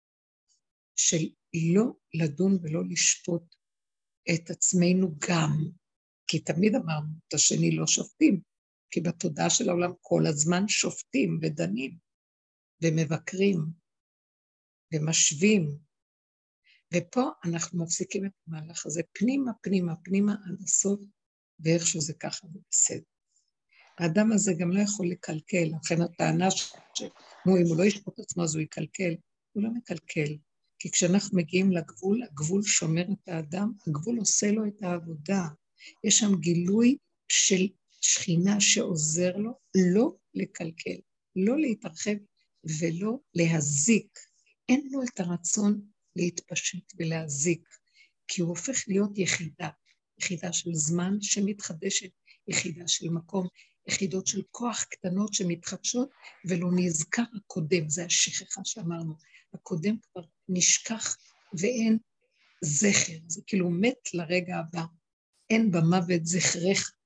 של לא לדון ולא לשפוט את עצמנו גם, כי תמיד אמרנו, את השני לא שופטים, כי בתודעה של העולם כל הזמן שופטים ודנים, ומבקרים, ומשווים, ופה אנחנו מפסיקים את המהלך הזה, פנימה, פנימה, פנימה עד הסוף, ואיך שזה ככה זה בסדר. האדם הזה גם לא יכול לקלקל, לכן הטענה שמו, אם הוא לא ישפוט עצמו אז הוא יקלקל, הוא לא מקלקל, כי כשאנחנו מגיעים לגבול, הגבול שומר את האדם, הגבול עושה לו את העבודה, יש שם גילוי של שכינה שעוזר לו לא לקלקל, לא להתרחב ולא להזיק, אין לו את הרצון להתפשט ולהזיק, כי הוא הופך להיות יחידה, יחידה של זמן שמתחדשת, יחידה של מקום, יחידות של כוח קטנות שמתחדשות, ולא נזכר הקודם, זה השכחה שאמרנו, הקודם כבר נשכח ואין זכר, זה כאילו מת לרגע הבא, אין במוות זכרך.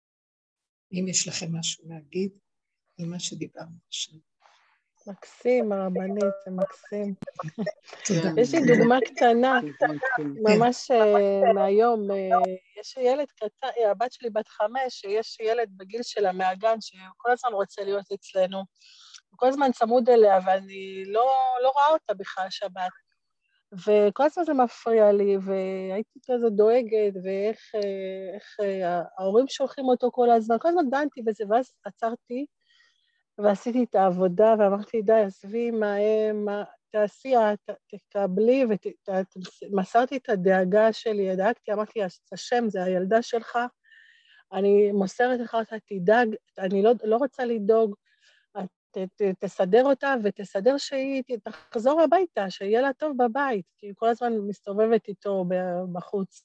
אם יש לכם משהו להגיד, על מה שדיברנו עכשיו. מקסים, הרבנית, זה מקסים. תודה. יש לי דוגמה קטנה, ממש מהיום, יש ילד קטן, הבת שלי בת חמש, יש ילד בגיל שלה מהגן, שכל הזמן רוצה להיות אצלנו, כל הזמן צמוד אליה, ואני לא, לא רואה אותה בכלל שבת. וכל הזמן זה מפריע לי, והייתי כזה דואגת, ואיך איך, ההורים שולחים אותו כל הזמן, כל הזמן דנתי בזה, ואז עצרתי, ועשיתי את העבודה, ואמרתי, די, עזבי מה הם, מה, תעשי, תקבלי, ומסרתי את הדאגה שלי, דאגתי, אמרתי, השם, זה הילדה שלך, אני מוסרת לך אותה, תדאג, אני לא, לא רוצה לדאוג, ת, ת, תסדר אותה, ותסדר שהיא תחזור הביתה, שיהיה לה טוב בבית, כי היא כל הזמן מסתובבת איתו בחוץ.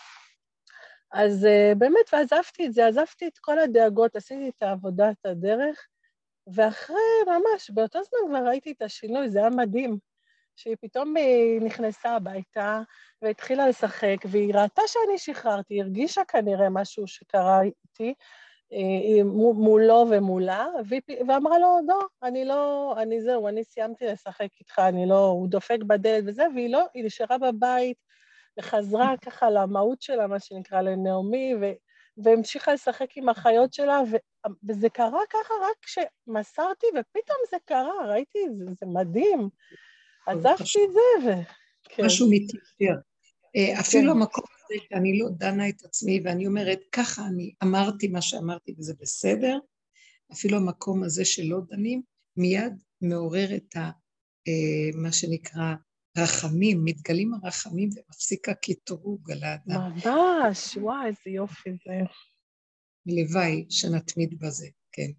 אז באמת, ועזבתי את זה, עזבתי את כל הדאגות, עשיתי את העבודה, את הדרך, ואחרי ממש, באותו זמן כבר ראיתי את השינוי, זה היה מדהים, שהיא פתאום נכנסה הביתה, והתחילה לשחק, והיא ראתה שאני שחררתי, היא הרגישה כנראה משהו שקרה איתי, מולו ומולה, ואמרה לו, לא, אני לא, אני זהו, אני סיימתי לשחק איתך, אני לא, הוא דופק בדלת וזה, והיא לא, היא נשארה בבית, וחזרה ככה למהות שלה, מה שנקרא לנעמי, ו... והמשיכה לשחק עם החיות שלה, ו... וזה קרה ככה רק כשמסרתי, ופתאום זה קרה, ראיתי, זה, זה מדהים. עזבתי את זה, ו... משהו מתיישר. אפילו המקום הזה שאני לא דנה את עצמי, ואני אומרת, ככה אני אמרתי מה שאמרתי, וזה בסדר, אפילו המקום הזה שלא דנים, מיד מעורר את ה... מה שנקרא, רחמים, מתגלים הרחמים ומפסיק הקטרוג על האדם. ממש, וואי, איזה יופי זה. מלוואי שנתמיד בזה, כן.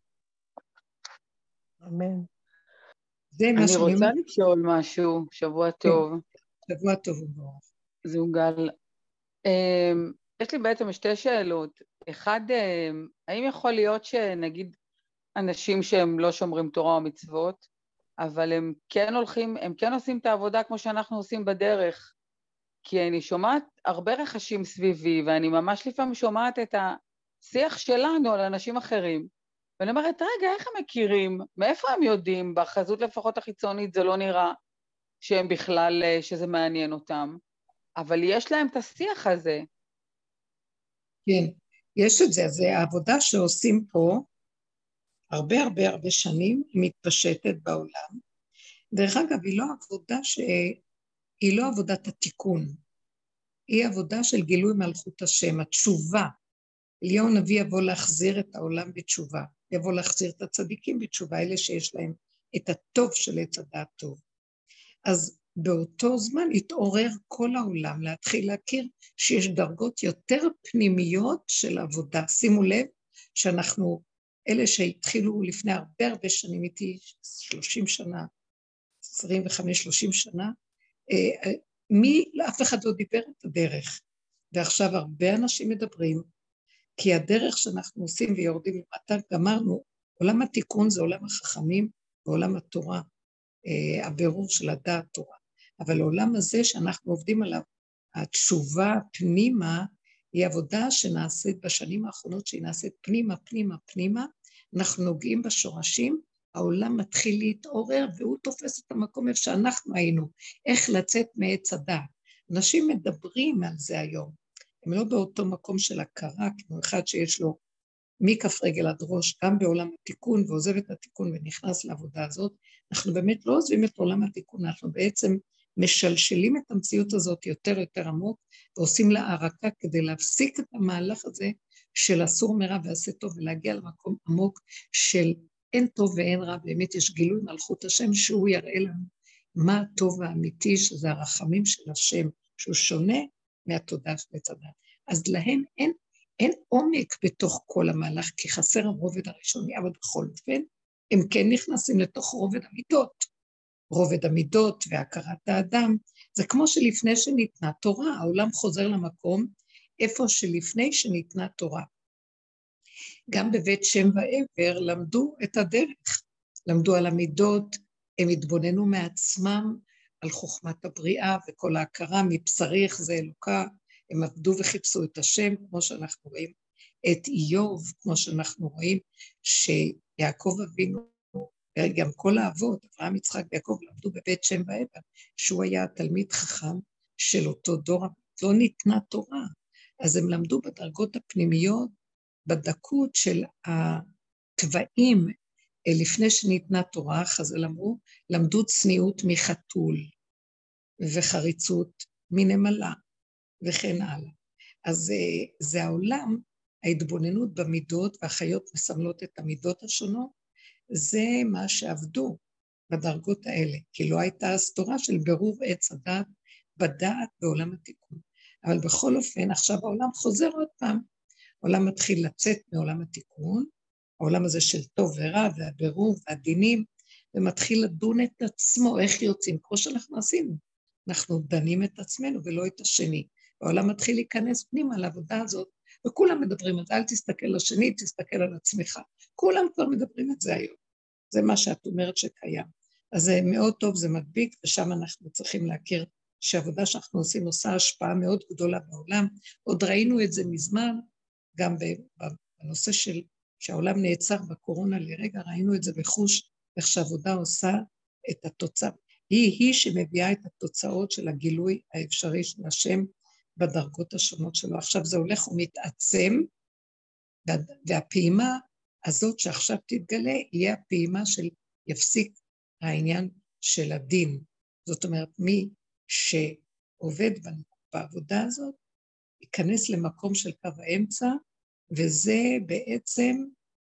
אמן. אני רוצה לשאול משהו, שבוע טוב. שבוע טוב וברוך. זהו גל. יש לי בעצם שתי שאלות. אחד, האם יכול להיות שנגיד אנשים שהם לא שומרים תורה או מצוות, אבל הם כן הולכים, הם כן עושים את העבודה כמו שאנחנו עושים בדרך, כי אני שומעת הרבה רחשים סביבי, ואני ממש לפעמים שומעת את השיח שלנו על אנשים אחרים, ואני אומרת, רגע, איך הם מכירים? מאיפה הם יודעים? בחזות לפחות החיצונית זה לא נראה שהם בכלל, שזה מעניין אותם, אבל יש להם את השיח הזה. כן, יש את זה, אז העבודה שעושים פה, הרבה הרבה הרבה שנים, היא מתפשטת בעולם. דרך אגב, היא לא עבודה ש... היא לא עבודת התיקון, היא עבודה של גילוי מלכות השם, התשובה. אליהו הנביא יבוא להחזיר את העולם בתשובה, יבוא להחזיר את הצדיקים בתשובה, אלה שיש להם את הטוב של עץ הדעת טוב. אז באותו זמן התעורר כל העולם להתחיל להכיר שיש דרגות יותר פנימיות של עבודה. שימו לב שאנחנו, אלה שהתחילו לפני הרבה הרבה שנים איתי, שלושים שנה, עשרים וחמש שלושים שנה, מי, אף אחד לא דיבר את הדרך, ועכשיו הרבה אנשים מדברים, כי הדרך שאנחנו עושים ויורדים למטה, גמרנו, עולם התיקון זה עולם החכמים, ועולם התורה, הבירור של הדעת תורה, אבל העולם הזה שאנחנו עובדים עליו, התשובה פנימה, היא עבודה שנעשית בשנים האחרונות, שהיא נעשית פנימה, פנימה, פנימה, אנחנו נוגעים בשורשים, העולם מתחיל להתעורר, והוא תופס את המקום איפה שאנחנו היינו, איך לצאת מעץ הדעת. אנשים מדברים על זה היום, הם לא באותו מקום של הכרה, כמו אחד שיש לו מכף רגל עד ראש, גם בעולם התיקון, ועוזב את התיקון ונכנס לעבודה הזאת, אנחנו באמת לא עוזבים את עולם התיקון, אנחנו בעצם משלשלים את המציאות הזאת יותר יותר עמוק, ועושים לה הערקה כדי להפסיק את המהלך הזה של אסור מרע ועשה טוב, ולהגיע למקום עמוק של אין טוב ואין רע, באמת יש גילוי מלכות השם, שהוא יראה לנו מה הטוב האמיתי, שזה הרחמים של השם, שהוא שונה מהתודעה של הצדה. אז להם אין, אין עומק בתוך כל המהלך, כי חסר הרובד הראשוני, אבל בכל אופן, הם כן נכנסים לתוך רובד המידות. רובד המידות והכרת האדם, זה כמו שלפני שניתנה תורה, העולם חוזר למקום, איפה שלפני שניתנה תורה. גם בבית שם ועבר למדו את הדרך, למדו על המידות, הם התבוננו מעצמם על חוכמת הבריאה וכל ההכרה, מבשריך זה אלוקה, הם עבדו וחיפשו את השם, כמו שאנחנו רואים, את איוב, כמו שאנחנו רואים, שיעקב אבינו, גם כל האבות, אברהם, יצחק ויעקב, למדו בבית שם ועבר, שהוא היה תלמיד חכם של אותו דור, לא ניתנה תורה, אז הם למדו בדרגות הפנימיות, בדקות של הטבעים, לפני שניתנה תורה, חז"ל אמרו, למדו צניעות מחתול, וחריצות מנמלה, וכן הלאה. אז זה העולם, ההתבוננות במידות, והחיות מסמלות את המידות השונות, זה מה שעבדו בדרגות האלה, כי לא הייתה הסתורה של ברור עץ הדעת, בדעת בעולם התיקון. אבל בכל אופן, עכשיו העולם חוזר עוד פעם, העולם מתחיל לצאת מעולם התיקון, העולם הזה של טוב ורע, והבירור והדינים, ומתחיל לדון את עצמו, איך יוצאים, כמו שאנחנו עשינו. אנחנו דנים את עצמנו ולא את השני. העולם מתחיל להיכנס פנימה לעבודה הזאת, וכולם מדברים על זה, אל תסתכל לשני, תסתכל על עצמך. כולם כבר מדברים את זה היום. זה מה שאת אומרת שקיים. אז זה מאוד טוב, זה מדביק, ושם אנחנו צריכים להכיר שהעבודה שאנחנו עושים עושה השפעה מאוד גדולה בעולם. עוד ראינו את זה מזמן, גם בנושא של שהעולם נעצר בקורונה לרגע, ראינו את זה בחוש, איך שהעבודה עושה את התוצאה. היא היא שמביאה את התוצאות של הגילוי האפשרי של השם בדרגות השונות שלו. עכשיו זה הולך ומתעצם, והפעימה הזאת שעכשיו תתגלה, יהיה הפעימה של יפסיק העניין של הדין. זאת אומרת, מי שעובד בעבודה הזאת, ייכנס למקום של קו האמצע, וזה בעצם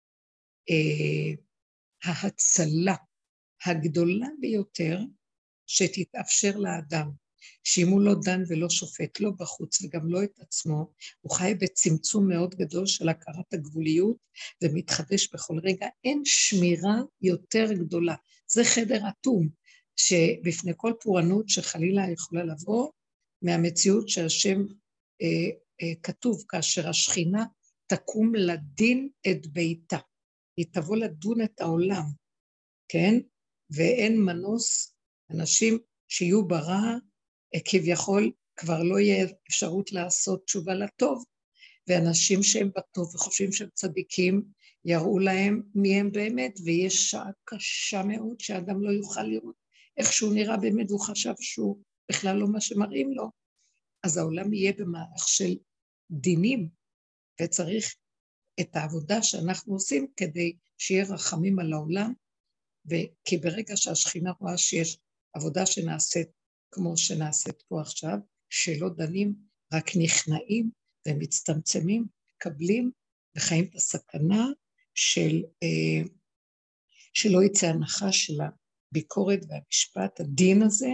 אה, ההצלה הגדולה ביותר שתתאפשר לאדם, שאם הוא לא דן ולא שופט, לא בחוץ וגם לא את עצמו, הוא חי בצמצום מאוד גדול של הכרת הגבוליות, ומתחדש בכל רגע, אין שמירה יותר גדולה. זה חדר אטום, שבפני כל פורענות שחלילה יכולה לבוא, מהמציאות שהשם אה, אה, כתוב, כאשר השכינה תקום לדין את ביתה. היא תבוא לדון את העולם, כן? ואין מנוס, אנשים שיהיו ברע, כביכול כבר לא יהיה אפשרות לעשות תשובה לטוב, ואנשים שהם בטוב וחושבים שהם צדיקים, יראו להם מי הם באמת, ויש שעה קשה מאוד שהאדם לא יוכל לראות איך שהוא נראה באמת, והוא חשב שהוא בכלל לא מה שמראים לו. אז העולם יהיה במהלך של דינים, וצריך את העבודה שאנחנו עושים כדי שיהיה רחמים על העולם, וכי ברגע שהשכינה רואה שיש עבודה שנעשית כמו שנעשית פה עכשיו, שלא דנים, רק נכנעים ומצטמצמים, קבלים וחיים את הסכנה של, אה, שלא יצא הנחה של הביקורת והמשפט, הדין הזה,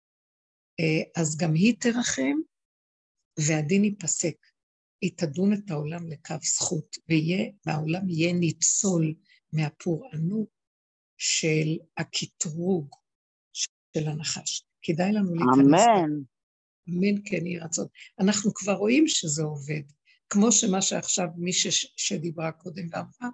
אה, אז גם היא תרחם, והדין ייפסק. היא תדון את העולם לקו זכות, והעולם יהיה ניצול מהפורענות של הקטרוג של הנחש. כדאי לנו להיכנס. אמן. אמן, כן, יהי רצון. אנחנו כבר רואים שזה עובד, כמו שמה שעכשיו מי ש... שדיברה קודם ואמרה,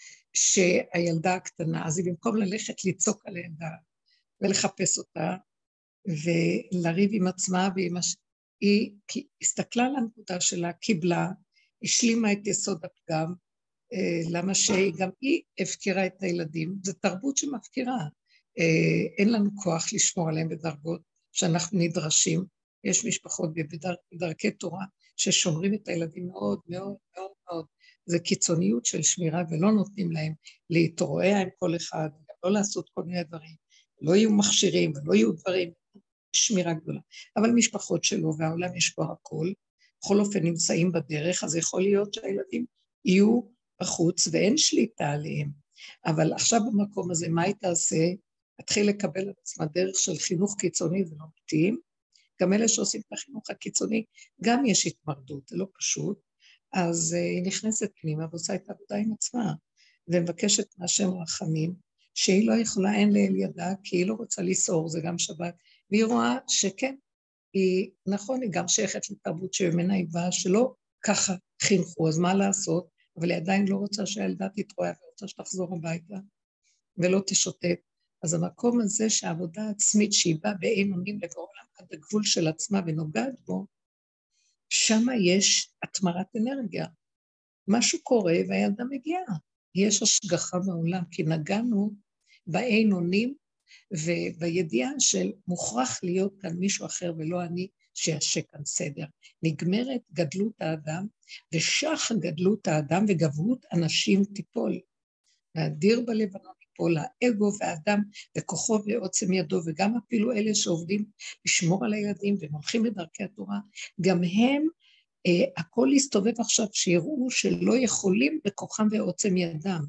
שהילדה הקטנה, אז היא במקום ללכת לצעוק על הילדה, ולחפש אותה, ולריב עם עצמה, ועם הש... היא הסתכלה על הנקודה שלה, קיבלה, השלימה את יסוד הפגם, למה שגם היא הפקירה את הילדים, זו תרבות שמפקירה, אין לנו כוח לשמור עליהם בדרגות שאנחנו נדרשים, יש משפחות בדרכי תורה ששומרים את הילדים מאוד מאוד מאוד מאוד, זה קיצוניות של שמירה ולא נותנים להם להתרועע עם כל אחד, לא לעשות כל מיני דברים, לא יהיו מכשירים ולא יהיו דברים, שמירה גדולה, אבל משפחות שלו והעולם יש פה הכל, בכל אופן נמצאים בדרך, אז יכול להיות שהילדים יהיו בחוץ ואין שליטה עליהם, אבל עכשיו במקום הזה מה היא תעשה? התחיל לקבל על עצמה דרך של חינוך קיצוני ולא מתאים, גם אלה שעושים את החינוך הקיצוני, גם יש התמרדות, זה לא פשוט, אז היא נכנסת פנימה ועושה את העבודה עם עצמה, ומבקשת מהשם רחמים, שהיא לא יכולה אין לאל ידה, כי היא לא רוצה לסעור, זה גם שבת, והיא רואה שכן, היא, נכון, היא גם שייכת לתרבות שממנה היא באה, שלא ככה חינכו, אז מה לעשות? אבל היא עדיין לא רוצה שהילדה תתרועע, ורוצה שתחזור הביתה, ולא תשוטט. אז המקום הזה שהעבודה העצמית שהיא באה באין אונים לגורלם עד הגבול של עצמה ונוגעת בו, שם יש התמרת אנרגיה. משהו קורה והילדה מגיעה. יש השגחה בעולם, כי נגענו באין אונים, ובידיעה של מוכרח להיות כאן מישהו אחר ולא אני שיעשה כאן סדר. נגמרת גדלות האדם, ושח גדלות האדם וגברות אנשים תיפול. והדיר בלבנון ייפול האגו והאדם וכוחו ועוצם ידו, וגם אפילו אלה שעובדים לשמור על הילדים והם הולכים בדרכי התורה, גם הם, אה, הכל יסתובב עכשיו שיראו שלא יכולים בכוחם ועוצם ידם.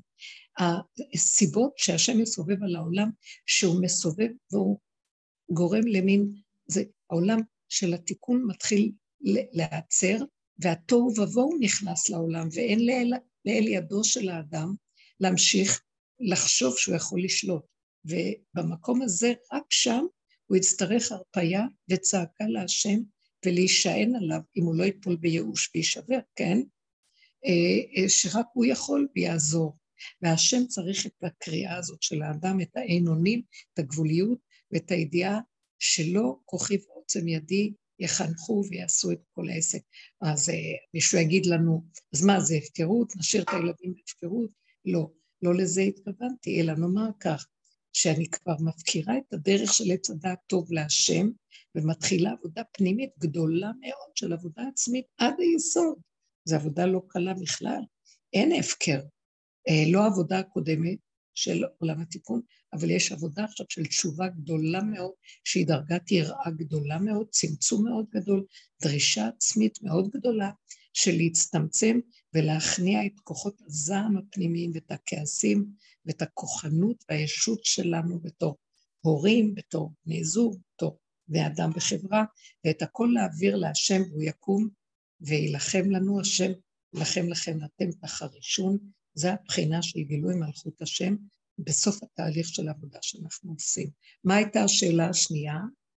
הסיבות שהשם יסובב על העולם, שהוא מסובב והוא גורם למין, זה העולם של התיקון מתחיל להיעצר, והתוהו ובוהו נכנס לעולם, ואין לאל, לאל ידו של האדם להמשיך לחשוב שהוא יכול לשלוט. ובמקום הזה, רק שם, הוא יצטרך הרפיה וצעקה להשם, ולהישען עליו, אם הוא לא ייפול בייאוש וישבר, כן? שרק הוא יכול ויעזור. והשם צריך את הקריאה הזאת של האדם, את האין אונים, את הגבוליות, ואת הידיעה שלא כוחי ועוצם ידי יחנכו ויעשו את כל העסק. אז מישהו יגיד לנו, אז מה, זה הפקרות? נשאיר את הילדים בהפקרות? לא, לא לזה התכוונתי, אלא נאמר כך, שאני כבר מפקירה את הדרך של עץ הדעת טוב להשם, ומתחילה עבודה פנימית גדולה מאוד של עבודה עצמית עד היסוד. זו עבודה לא קלה בכלל, אין הפקר. לא העבודה הקודמת של עולם התיקון, אבל יש עבודה עכשיו של תשובה גדולה מאוד, שהיא דרגת יראה גדולה מאוד, צמצום מאוד גדול, דרישה עצמית מאוד גדולה, של להצטמצם ולהכניע את כוחות הזעם הפנימיים, ואת הכעסים, ואת הכוחנות והישות שלנו, בתור הורים, בתור בני זוג, בתור בני אדם בחברה, ואת הכל להעביר להשם, והוא יקום וילחם לנו, השם ילחם לכם, אתם תחרישון, זה הבחינה של גילוי מלכות השם, בסוף התהליך של העבודה שאנחנו עושים. מה הייתה השאלה השנייה?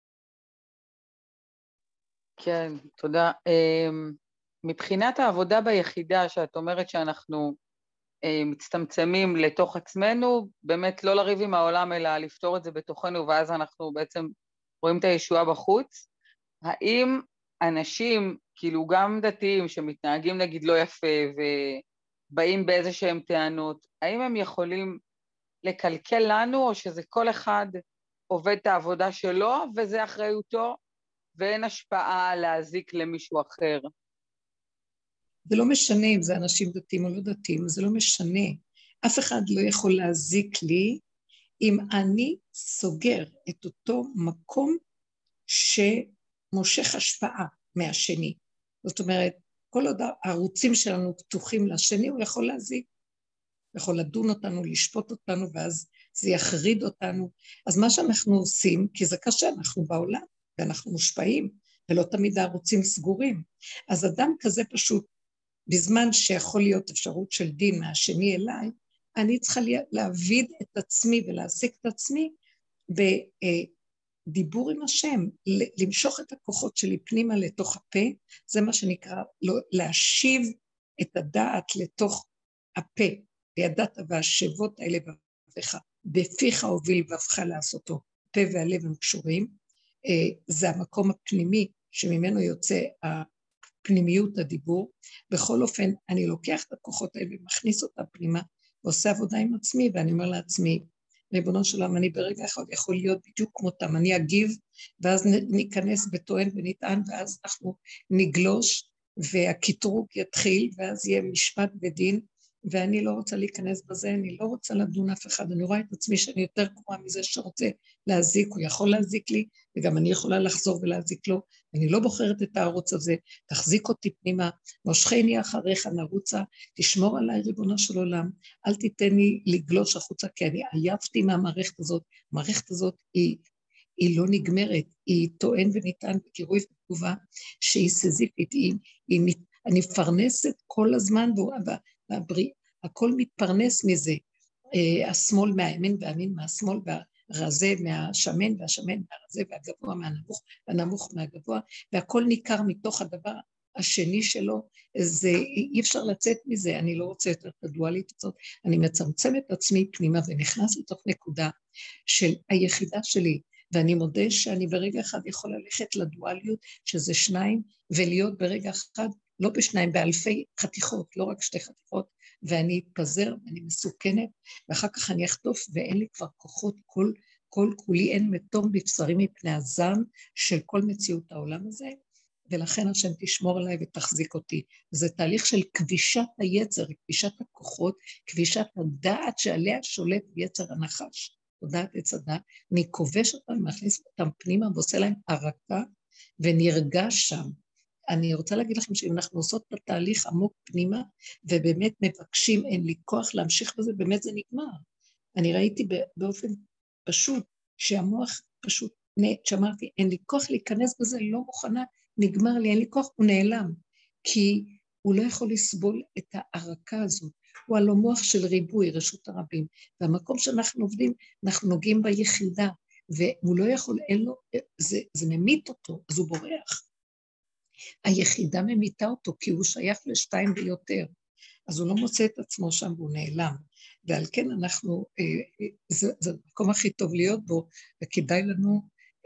כן, תודה. מבחינת העבודה ביחידה, שאת אומרת שאנחנו מצטמצמים לתוך עצמנו, באמת לא לריב עם העולם, אלא לפתור את זה בתוכנו, ואז אנחנו בעצם רואים את הישועה בחוץ. האם אנשים, כאילו גם דתיים, שמתנהגים נגיד לא יפה, ובאים באיזה שהם טענות, האם הם יכולים לקלקל לנו, או שזה כל אחד עובד את העבודה שלו, וזה אחריותו, ואין השפעה להזיק למישהו אחר? זה לא משנה אם זה אנשים דתיים או לא דתיים, זה לא משנה. אף אחד לא יכול להזיק לי, אם אני סוגר את אותו מקום שמושך השפעה מהשני. זאת אומרת, כל עוד הערוצים שלנו פתוחים לשני, הוא יכול להזיק. יכול לדון אותנו, לשפוט אותנו, ואז זה יחריד אותנו. אז מה שאנחנו עושים, כי זה קשה, אנחנו בעולם, ואנחנו מושפעים, ולא תמיד הערוצים סגורים. אז אדם כזה פשוט, בזמן שיכול להיות אפשרות של דין מהשני אליי, אני צריכה להעביד את עצמי ולהעסיק את עצמי בדיבור עם השם, למשוך את הכוחות שלי פנימה לתוך הפה, זה מה שנקרא להשיב את הדעת לתוך הפה, וידעת והשבות האלה בפיך, בפיך הוביל ובפך לעשותו, הפה והלב הם קשורים, זה המקום הפנימי שממנו יוצא הפנימיות הדיבור. בכל אופן, אני לוקח את הכוחות האלה ומכניס אותה פנימה, ועושה עבודה עם עצמי, ואני אומר לעצמי, ריבונו של עולם, אני ברגע אחד יכול להיות בדיוק כמותם, אני אגיב, ואז ניכנס בטוען ונטען, ואז אנחנו נגלוש, והקטרוג יתחיל, ואז יהיה משפט ודין, ואני לא רוצה להיכנס בזה, אני לא רוצה לדון אף אחד, אני רואה את עצמי שאני יותר קרובה מזה שרוצה להזיק, הוא יכול להזיק לי, וגם אני יכולה לחזור ולהזיק לו, אני לא בוחרת את הערוץ הזה, תחזיק אותי פנימה, מושכני אחריך נרוצה, תשמור עליי ריבונו של עולם, אל תיתן לי לגלוש החוצה, כי אני עייפתי מהמערכת הזאת, המערכת הזאת היא, היא לא נגמרת, היא טוען וניתן בגירוי ותגובה, שהיא סזיפית, היא, היא, אני מפרנסת כל הזמן, והבריא, הכל מתפרנס מזה, השמאל מהימין והימין מהשמאל, והרזה מהשמן, והשמן מהרזה, והגבוה מהנמוך, והנמוך מהגבוה, והכל ניכר מתוך הדבר השני שלו, זה, אי אפשר לצאת מזה, אני לא רוצה יותר את הדואלית הזאת, אני מצמצם את עצמי פנימה, ונכנס לתוך נקודה של היחידה שלי, ואני מודה שאני ברגע אחד יכול ללכת לדואליות, שזה שניים, ולהיות ברגע אחד, לא בשניים, באלפי חתיכות, לא רק שתי חתיכות, ואני אתפזר, ואני מסוכנת, ואחר כך אני אחטוף, ואין לי כבר כוחות, כל, כל כולי אין מתום בבשרי מפני הזעם של כל מציאות העולם הזה, ולכן השם תשמור עליי ותחזיק אותי. זה תהליך של כבישת היצר, כבישת הכוחות, כבישת הדעת שעליה שולט יצר הנחש. תודעת עץ הדעת, אני כובש אותם, מכניס אותם פנימה, ועושה להם הרקה, ונרגש שם. אני רוצה להגיד לכם שאם אנחנו עושות את התהליך עמוק פנימה, ובאמת מבקשים, אין לי כוח להמשיך בזה, באמת זה נגמר. אני ראיתי באופן פשוט, שהמוח פשוט, שאמרתי, אין לי כוח להיכנס בזה, לא מוכנה, נגמר לי, אין לי כוח, הוא נעלם. כי הוא לא יכול לסבול את הערכה הזאת, הוא הלא מוח של ריבוי, רשות הרבים. והמקום שאנחנו עובדים, אנחנו נוגעים ביחידה, והוא לא יכול, אין לו, זה, זה ממית אותו, אז הוא בורח. היחידה ממיתה אותו, כי הוא שייך לשתיים ויותר. אז הוא לא מוצא את עצמו שם, והוא נעלם. ועל כן אנחנו, זה, זה המקום הכי טוב להיות בו, וכדאי לנו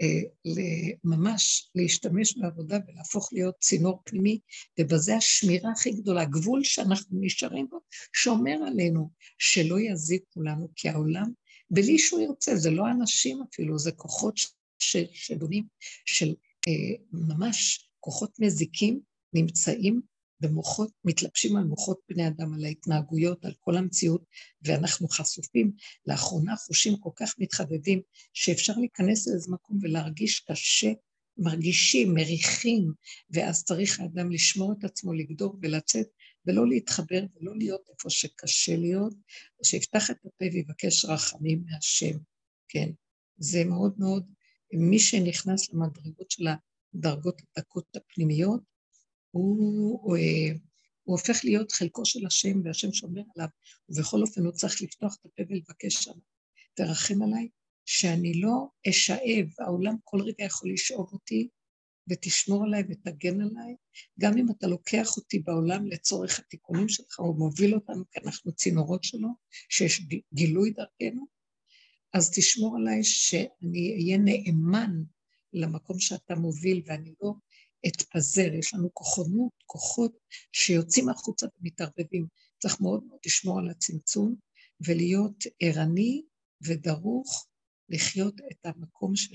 ממש להשתמש בעבודה, ולהפוך להיות צינור פנימי, ובזה השמירה הכי גדולה, הגבול שאנחנו נשארים בו, שומר עלינו, שלא יזיקו לנו, כי העולם, בלי שהוא ירצה, זה לא אנשים אפילו, זה כוחות שבונים, של ממש, כוחות מזיקים נמצאים במוחות, מתלבשים על מוחות בני אדם, על ההתנהגויות, על כל המציאות, ואנחנו חשופים, לאחרונה חושים כל כך מתחדדים, שאפשר להיכנס לאיזה מקום ולהרגיש קשה, מרגישים, מריחים, ואז צריך האדם לשמור את עצמו, לגדור ולצאת, ולא להתחבר ולא להיות איפה שקשה להיות, שיפתח את הפה ויבקש רחמים מהשם, כן, זה מאוד מאוד, מי שנכנס למדרגות של הדרגות הדקות הפנימיות, הוא, הוא, הוא הופך להיות חלקו של השם, והשם שומר עליו, ובכל אופן הוא צריך לפתוח את הפה ולבקש שם, תרחם עליי, שאני לא אשאב, העולם כל רגע יכול לשאוב אותי, ותשמור עליי ותגן עליי, גם אם אתה לוקח אותי בעולם לצורך התיקונים שלך, הוא מוביל אותנו, כי אנחנו צינורות שלו, שיש גילוי דרכנו, אז תשמור עליי שאני אהיה נאמן למקום שאתה מוביל, ואני לא אתפזר, יש לנו כוחנות, כוחות שיוצאים החוצה ומתערבבים, צריך מאוד מאוד לשמור על הצמצום, ולהיות ערני ודרוך, לחיות את המקום של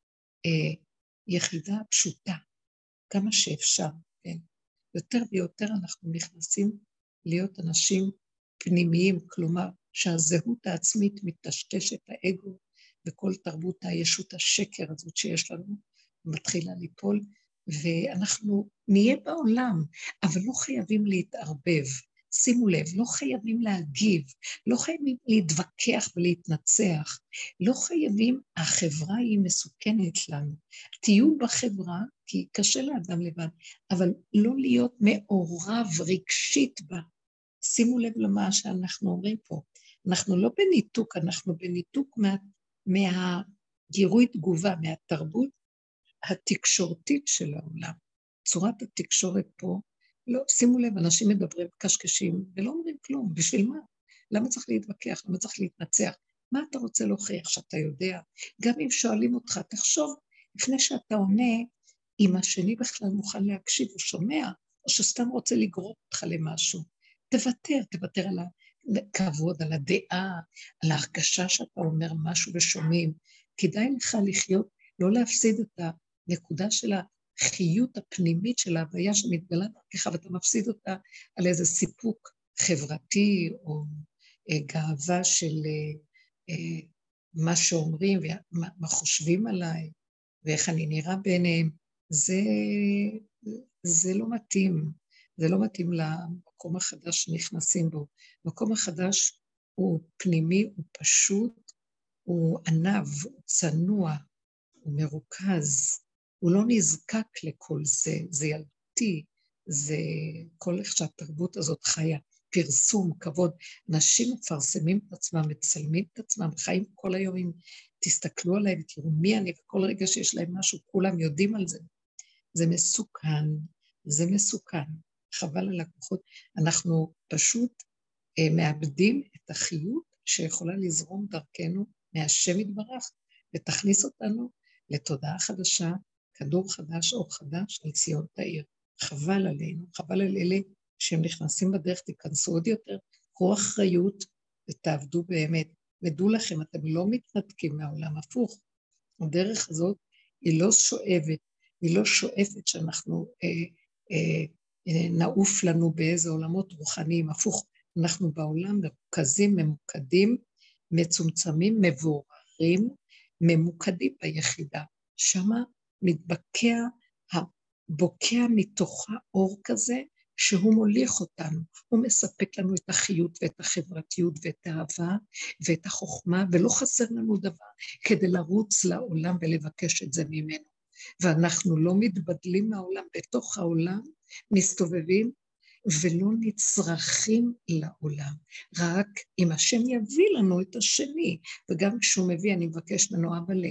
היחידה הפשוטה, כמה שאפשר, כן? יותר ויותר אנחנו נכנסים להיות אנשים פנימיים, כלומר שהזהות העצמית מטשטשת האגו, וכל תרבות הישות השקר הזאת שיש לנו, מתחילה ליפול, ואנחנו נהיה בעולם, אבל לא חייבים להתערבב, שימו לב, לא חייבים להגיב, לא חייבים להתווכח ולהתנצח, לא חייבים, החברה היא מסוכנת לנו, תהיו בחברה, כי קשה לאדם לבד, אבל לא להיות מעורב רגשית בה, שימו לב למה שאנחנו אומרים פה, אנחנו לא בניתוק, אנחנו בניתוק מה, מהגירוי תגובה, מהתרבות התקשורתית של העולם, צורת התקשורת פה, לא, שימו לב, אנשים מדברים קשקשים, ולא אומרים כלום, בשביל מה? למה צריך להתווכח? למה צריך להתנצח? מה אתה רוצה להוכיח שאתה יודע? גם אם שואלים אותך, תחשוב, לפני שאתה עונה, אם השני בכלל מוכן להקשיב, הוא שומע, או שסתם רוצה לגרור אותך למשהו. תוותר, תוותר על הכבוד, על הדעה, על ההרגשה שאתה אומר משהו ושומעים. כדאי לך לחיות, לא להפסיד את הנקודה של החיות הפנימית של ההוויה שמתגלה דרכך, ואתה מפסיד אותה על איזה סיפוק חברתי, או גאווה של מה שאומרים, ומה חושבים עליי, ואיך אני נראה ביניהם. זה, זה לא מתאים, זה לא מתאים למקום החדש שנכנסים בו. המקום החדש הוא פנימי, הוא פשוט, הוא ענב, הוא צנוע, הוא מרוכז, הוא לא נזקק לכל זה, זה ילדותי, זה כל איך שהתרבות הזאת חיה, פרסום, כבוד, אנשים מפרסמים את עצמם, מצלמים את עצמם, חיים כל היום, אם תסתכלו עליי ותראו מי אני, וכל רגע שיש להם משהו, כולם יודעים על זה. זה מסוכן, זה מסוכן, חבל על הכוחות, אנחנו פשוט אה, מאבדים את החיות שיכולה לזרום דרכנו מהשם יתברך, ותכניס אותנו לתודעה חדשה, כדור חדש, אור חדש, על ציון תאיר. חבל עלינו, חבל על אלה שהם נכנסים בדרך, תיכנסו עוד יותר, קחו אחריות ותעבדו באמת. ודעו לכם, אתם לא מתנתקים מהעולם, הפוך. הדרך הזאת היא לא שואבת, היא לא שואפת שאנחנו אה, אה, אה, נעוף לנו באיזה עולמות רוחניים, הפוך, אנחנו בעולם מרוכזים, ממוקדים, מצומצמים, מבוררים, ממוקדים ביחידה. שמה מתבקע, בוקע מתוכה אור כזה, שהוא מוליך אותנו, הוא מספק לנו את החיות ואת החברתיות ואת האהבה ואת החוכמה, ולא חסר לנו דבר כדי לרוץ לעולם ולבקש את זה ממנו. ואנחנו לא מתבדלים מהעולם, בתוך העולם מסתובבים ולא נצרכים לעולם, רק אם השם יביא לנו את השני, וגם כשהוא מביא אני מבקש ממנו אבא.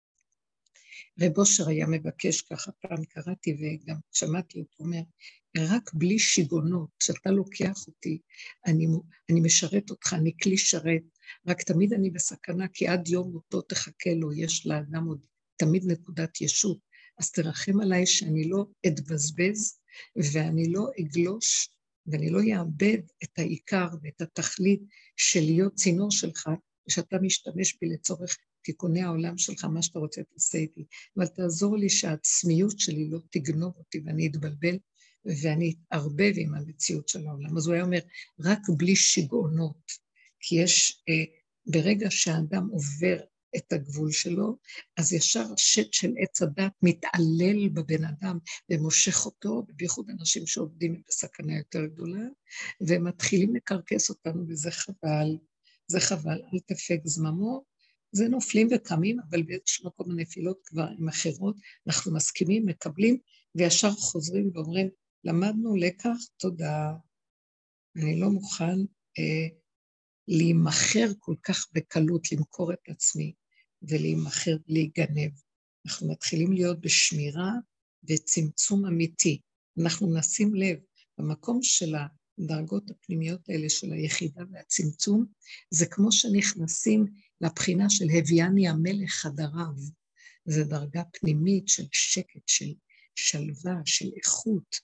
רב אושר היה מבקש ככה, פעם קראתי וגם שמעתי אותו אומר, רק בלי שיגונות, כשאתה לוקח אותי, אני, אני משרת אותך, אני כלי שרת, רק תמיד אני בסכנה, כי עד יום מותו תחכה לו, יש לאדם עוד תמיד נקודת ישות, אז תרחם עליי שאני לא אתבזבז, ואני לא אגלוש, ואני לא יאבד את העיקר ואת התכלית של להיות צינור שלך, ושאתה משתמש בי לצורך תיקוני העולם שלך, מה שאתה רוצה תעשה איתי, אבל תעזור לי שהעצמיות שלי לא תגנוב אותי, ואני אתבלבל, ואני אתערבב עם המציאות של העולם. אז הוא היה אומר, רק בלי שיגעונות, כי יש, אה, ברגע שהאדם עובר את הגבול שלו, אז ישר השט של עץ הדת מתעלל בבן אדם, ומושך אותו, בייחוד אנשים שעובדים בסכנה יותר גדולה, ומתחילים לקרקס אותנו, וזה חבל, זה חבל, אל תפק זממו, זה נופלים וקמים, אבל באיזשהו מקום הנפילות כבר עם אחרות, אנחנו מסכימים, מקבלים, וישר חוזרים ואומרים, למדנו לקח, תודה, אני לא מוכן אה, להימחר כל כך בקלות, למכור את עצמי, ולהימחר, להיגנב. אנחנו מתחילים להיות בשמירה וצמצום אמיתי. אנחנו נשים לב, במקום של הדרגות הפנימיות האלה של היחידה והצמצום, זה כמו שנכנסים לבחינה של הביאני המלך חדריו. זו דרגה פנימית של שקט, של שלווה, של איכות,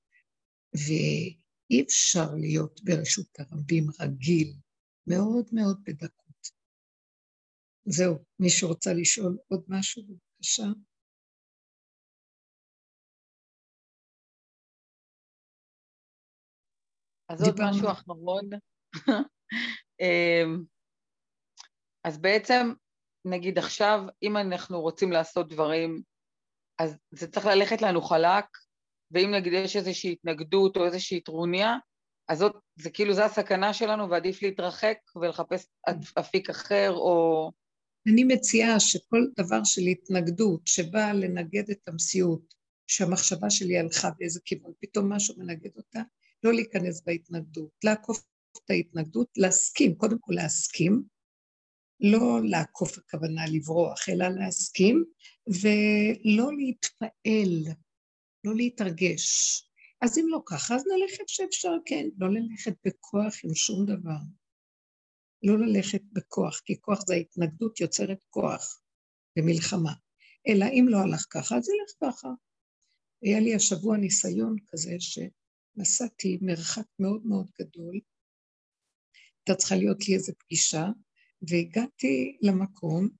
ואי אפשר להיות ברשות הרבים רגיל, מאוד מאוד בדקות. זהו, מי שרוצה לשאול עוד משהו, בבקשה. אז עוד משהו אחרון. אז בעצם, נגיד עכשיו, אם אנחנו רוצים לעשות דברים, אז זה צריך ללכת לנו חלק, ואם נגיד יש איזושהי התנגדות או איזושהי טרוניה, אז זאת, זה כאילו זה הסכנה שלנו, ועדיף להתרחק ולחפש אפיק אחר, או... אני מציעה שכל דבר של התנגדות, שבא לנגד את המציאות, שהמחשבה שלי הלכה באיזה כיוון, פתאום משהו מנגד אותה, לא להיכנס בהתנגדות, לעקוף את ההתנגדות, להסכים, קודם כל להסכים, לא לעקוף הכוונה לברוח, אלא להסכים, ולא להתפעל, לא להתרגש. אז אם לא ככה, אז נלכת שאפשר, כן, לא ללכת בכוח עם שום דבר. לא ללכת בכוח, כי כוח זה ההתנגדות יוצרת כוח במלחמה. אלא אם לא הלך ככה, אז ילך ככה. היה לי השבוע ניסיון כזה שנסעתי מרחק מאוד מאוד גדול, הייתה צריכה להיות לי איזו פגישה, והגעתי למקום,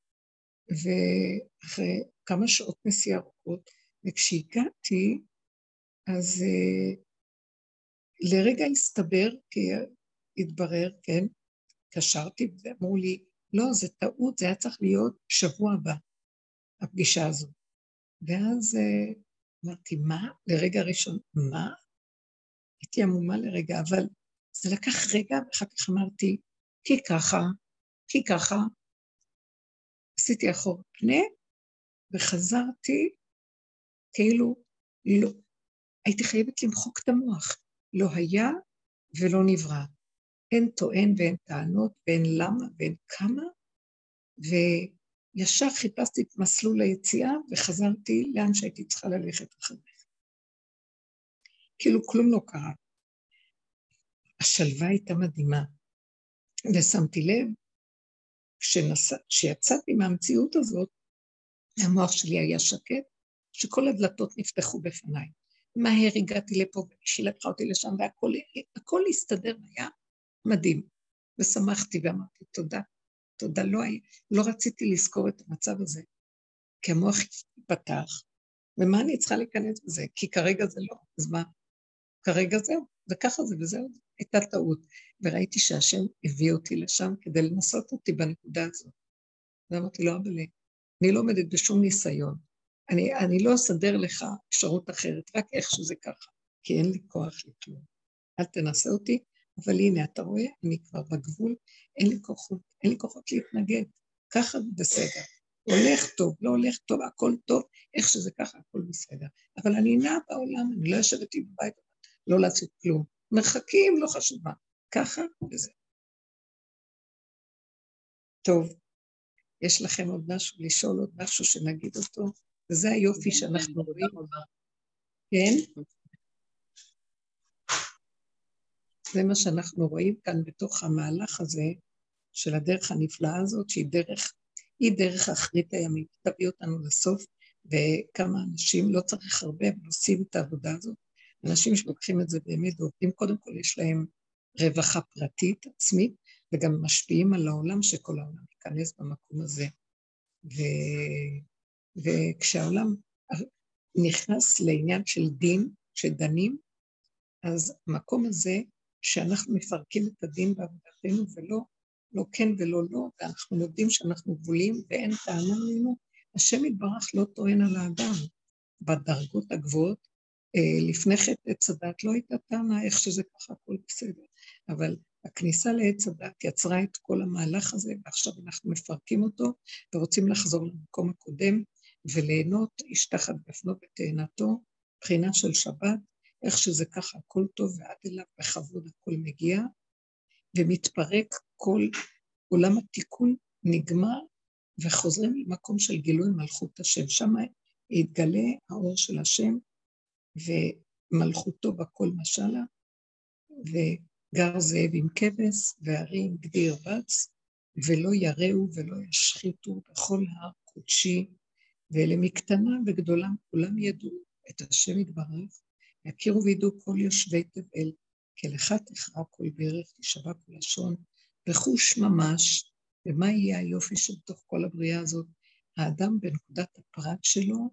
ואחרי כמה שעות נסיעה ארוכות, וכשהגעתי, אז uh, לרגע הסתבר, כי התברר, כן, קשרתי, ואמרו לי, לא, זה טעות, זה היה צריך להיות שבוע הבא, הפגישה הזו. ואז uh, אמרתי, מה? לרגע ראשון, מה? הייתי עמומה לרגע, אבל זה לקח רגע, ואחר כך אמרתי, כי ככה, כי ככה, עשיתי אחור פנה, וחזרתי, כאילו, לא, הייתי חייבת למחוק את המוח, לא היה ולא נברא, אין טוען ואין טענות, ואין למה ואין כמה, וישר חיפשתי את מסלול היציאה, וחזרתי לאן שהייתי צריכה ללכת אחרי. כאילו כלום לא קרה. השלווה הייתה מדהימה, ושמתי לב, כשיצאתי מהמציאות הזאת, המוח שלי היה שקט, שכל הדלתות נפתחו בפניי. מהר הגעתי לפה, ומישהי לקחה אותי לשם, והכל הכל הסתדר, היה מדהים. ושמחתי ואמרתי, תודה, תודה, לא, לא רציתי לזכור את המצב הזה, כי המוח פתח, ומה אני צריכה להיכנס בזה? כי כרגע זה לא, אז מה? כרגע זהו, וככה זה וזהו, הייתה טעות. וראיתי שהשם הביא אותי לשם כדי לנסות אותי בנקודה הזאת. ואמרתי לו, אבל אני לא עומדת בשום ניסיון. אני, אני לא אסדר לך אפשרות אחרת, רק איך שזה ככה, כי אין לי כוח לכלום. אל תנסה אותי, אבל הנה, אתה רואה, אני כבר בגבול, אין לי כוחות, אין לי כוחות להתנגד. ככה בסדר. הולך טוב, לא הולך טוב, הכל טוב, איך שזה ככה, הכל בסדר. אבל אני נעה בעולם, אני לא יושבת עם בבית, לא לעשות כלום. מרחקים, לא חשובה. ככה וזה. טוב, יש לכם עוד משהו לשאול, עוד משהו שנגיד אותו? וזה היופי שאנחנו רואים. כן? זה מה שאנחנו רואים כאן בתוך המהלך הזה, של הדרך הנפלאה הזאת, שהיא דרך, היא דרך אחרית הימים, תביא אותנו לסוף, וכמה אנשים, לא צריך הרבה, אבל עושים את העבודה הזאת. אנשים שלוקחים את זה באמת, ועובדים, קודם כל יש להם רווחה פרטית, עצמית, וגם משפיעים על העולם, שכל העולם ייכנס במקום הזה. ו... וכשהעולם נכנס לעניין של דין, שדנים, אז המקום הזה, שאנחנו מפרקים את הדין בעבודתנו, ולא, לא כן ולא לא, ואנחנו יודעים שאנחנו גבולים, ואין טענה לנו, השם יתברך לא טוען על האדם, בדרגות הגבוהות, לפני חטא עץ הדת לא הייתה טענה, איך שזה ככה, הכל בסדר, אבל הכניסה לעץ הדת יצרה את כל המהלך הזה, ועכשיו אנחנו מפרקים אותו, ורוצים לחזור למקום הקודם, וליהנות, ישתחת בפנו ותאנתו, בחינה של שבת, איך שזה ככה, הכל טוב, ועד אליו בכבוד הכל מגיע, ומתפרק כל עולם התיקון נגמר, וחוזרים למקום של גילוי מלכות השם, שם יתגלה האור של השם, ומלכותו בכל משלה, וגר זאב עם כבש, והרי עם גדי רבץ, ולא יראו ולא ישחיתו בכל הר קודשי, ולמקטנה וגדולה כולם ידעו את השם יתברך, יכירו וידעו כל יושבי תבל, כלך תכרע כל ברך, תשבע כל לשון, וחוש ממש, ומה יהיה היופי שבתוך כל הבריאה הזאת, האדם בנקודת הפרט שלו,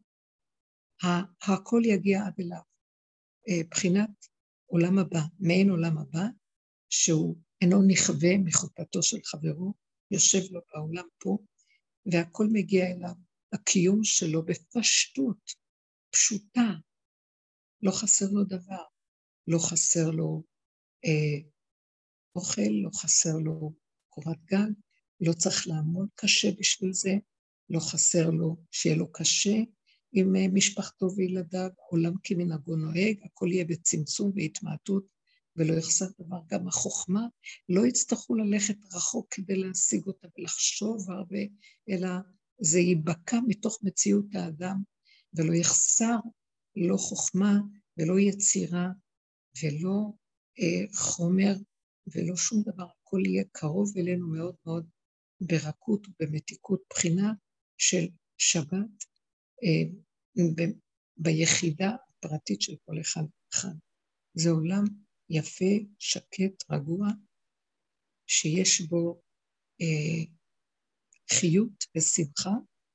הכל יגיע עד אליו, בחינת עולם הבא, מעין עולם הבא, שהוא אינו נכווה מחופתו של חברו, יושב לו בעולם פה, והכל מגיע אליו, הקיום שלו בפשטות, פשוטה, לא חסר לו דבר, לא חסר לו אה, אוכל, לא חסר לו קורת גג, לא צריך לעמוד קשה בשביל זה, לא חסר לו שיהיה לו קשה עם משפחתו וילדיו, עולם כמנהגו נוהג, הכל יהיה בצמצום והתמעטות, ולא יחסר דבר. גם החוכמה, לא יצטרכו ללכת רחוק כדי להשיג אותה ולחשוב הרבה, אלא זה ייבקע מתוך מציאות האדם, ולא יחסר לא חוכמה ולא יצירה, ולא אה, חומר, ולא שום דבר, הכל יהיה קרוב אלינו מאוד מאוד ברכות ובמתיקות, בחינה של שבת, אה, ב- ביחידה הפרטית של כל אחד אחד. זה עולם יפה, שקט, רגוע, שיש בו אה, חיות ושמחה,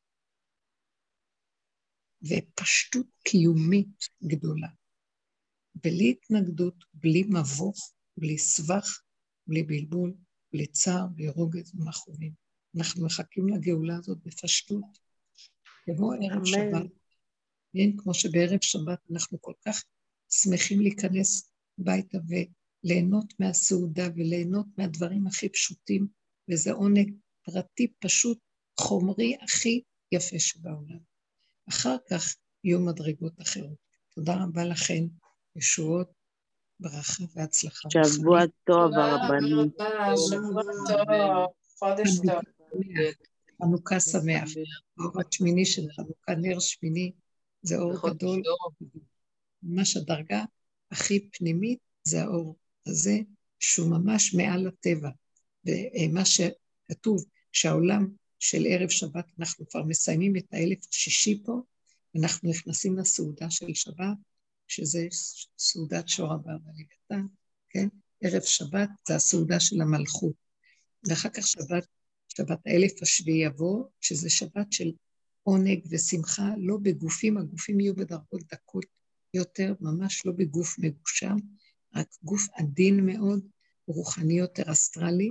ופשטות קיומית גדולה. בלי התנגדות, בלי מבוך, בלי סבך, בלי בלבול, בלי צער, בלי רוגז ומכאובים. אנחנו מחכים לגאולה הזאת בפשטות, כמו ערב שבת. אין, כמו שבערב שבת אנחנו כל כך שמחים להיכנס ביתה וליהנות מהסעודה וליהנות מהדברים הכי פשוטים, וזה עונג פרטי פשוט, חומרי הכי יפה שבעולם. אחר כך יהיו מדרגות אחרות. תודה רבה לכן, ישועות, ברכה והצלחה. שבוע טוב, הרבנית. שבוע טוב, חודש טוב. חנוכה שמח. האור השמיני של חנוכה, נר שמיני, זה אור גדול. ממש הדרגה הכי פנימית זה האור הזה, שהוא ממש מעל הטבע. ומה שכתוב, שהעולם של ערב שבת, אנחנו כבר מסיימים את האלף השישי פה, אנחנו נכנסים לסעודה של שבת, שזה סעודת שור הבא והלווייתן, כן? ערב שבת זה הסעודה של המלכות. ואחר כך שבת, שבת האלף השביעי יבוא, שזה שבת של עונג ושמחה, לא בגופים, הגופים יהיו בדרגות דקות יותר, ממש לא בגוף מגושם, רק גוף עדין מאוד, רוחני יותר אסטרלי,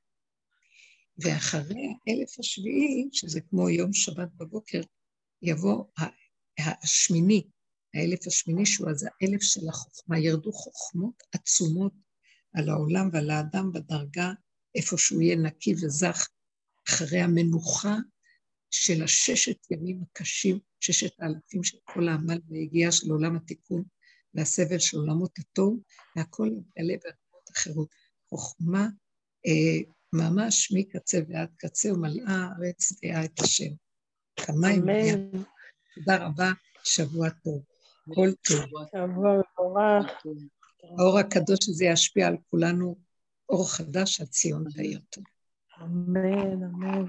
ואחרי האלף השביעי, שזה כמו יום שבת בבוקר, יבוא השמיני, האלף השמיני, שהוא אז האלף של החוכמה, ירדו חוכמות עצומות על העולם ועל האדם בדרגה, איפה שהוא יהיה נקי וזך, אחרי המנוחה של הששת ימים הקשים, ששת האלפים של כל העמל והגיעה של עולם התיקון, והסבל של עולמות התוהו, והכל יתגלה ברמות אחרות. חוכמה אה, ממש מקצה ועד קצה, ומלאה הארץ תהיה את השם. כמיים היה. תודה רבה, שבוע טוב. כל טוב. שבוע מבורך. האור הקדוש הזה ישפיע על כולנו, אור חדש, הציון תהיה טוב. אמן, אמן.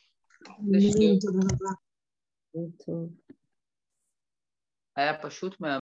היה פשוט מה...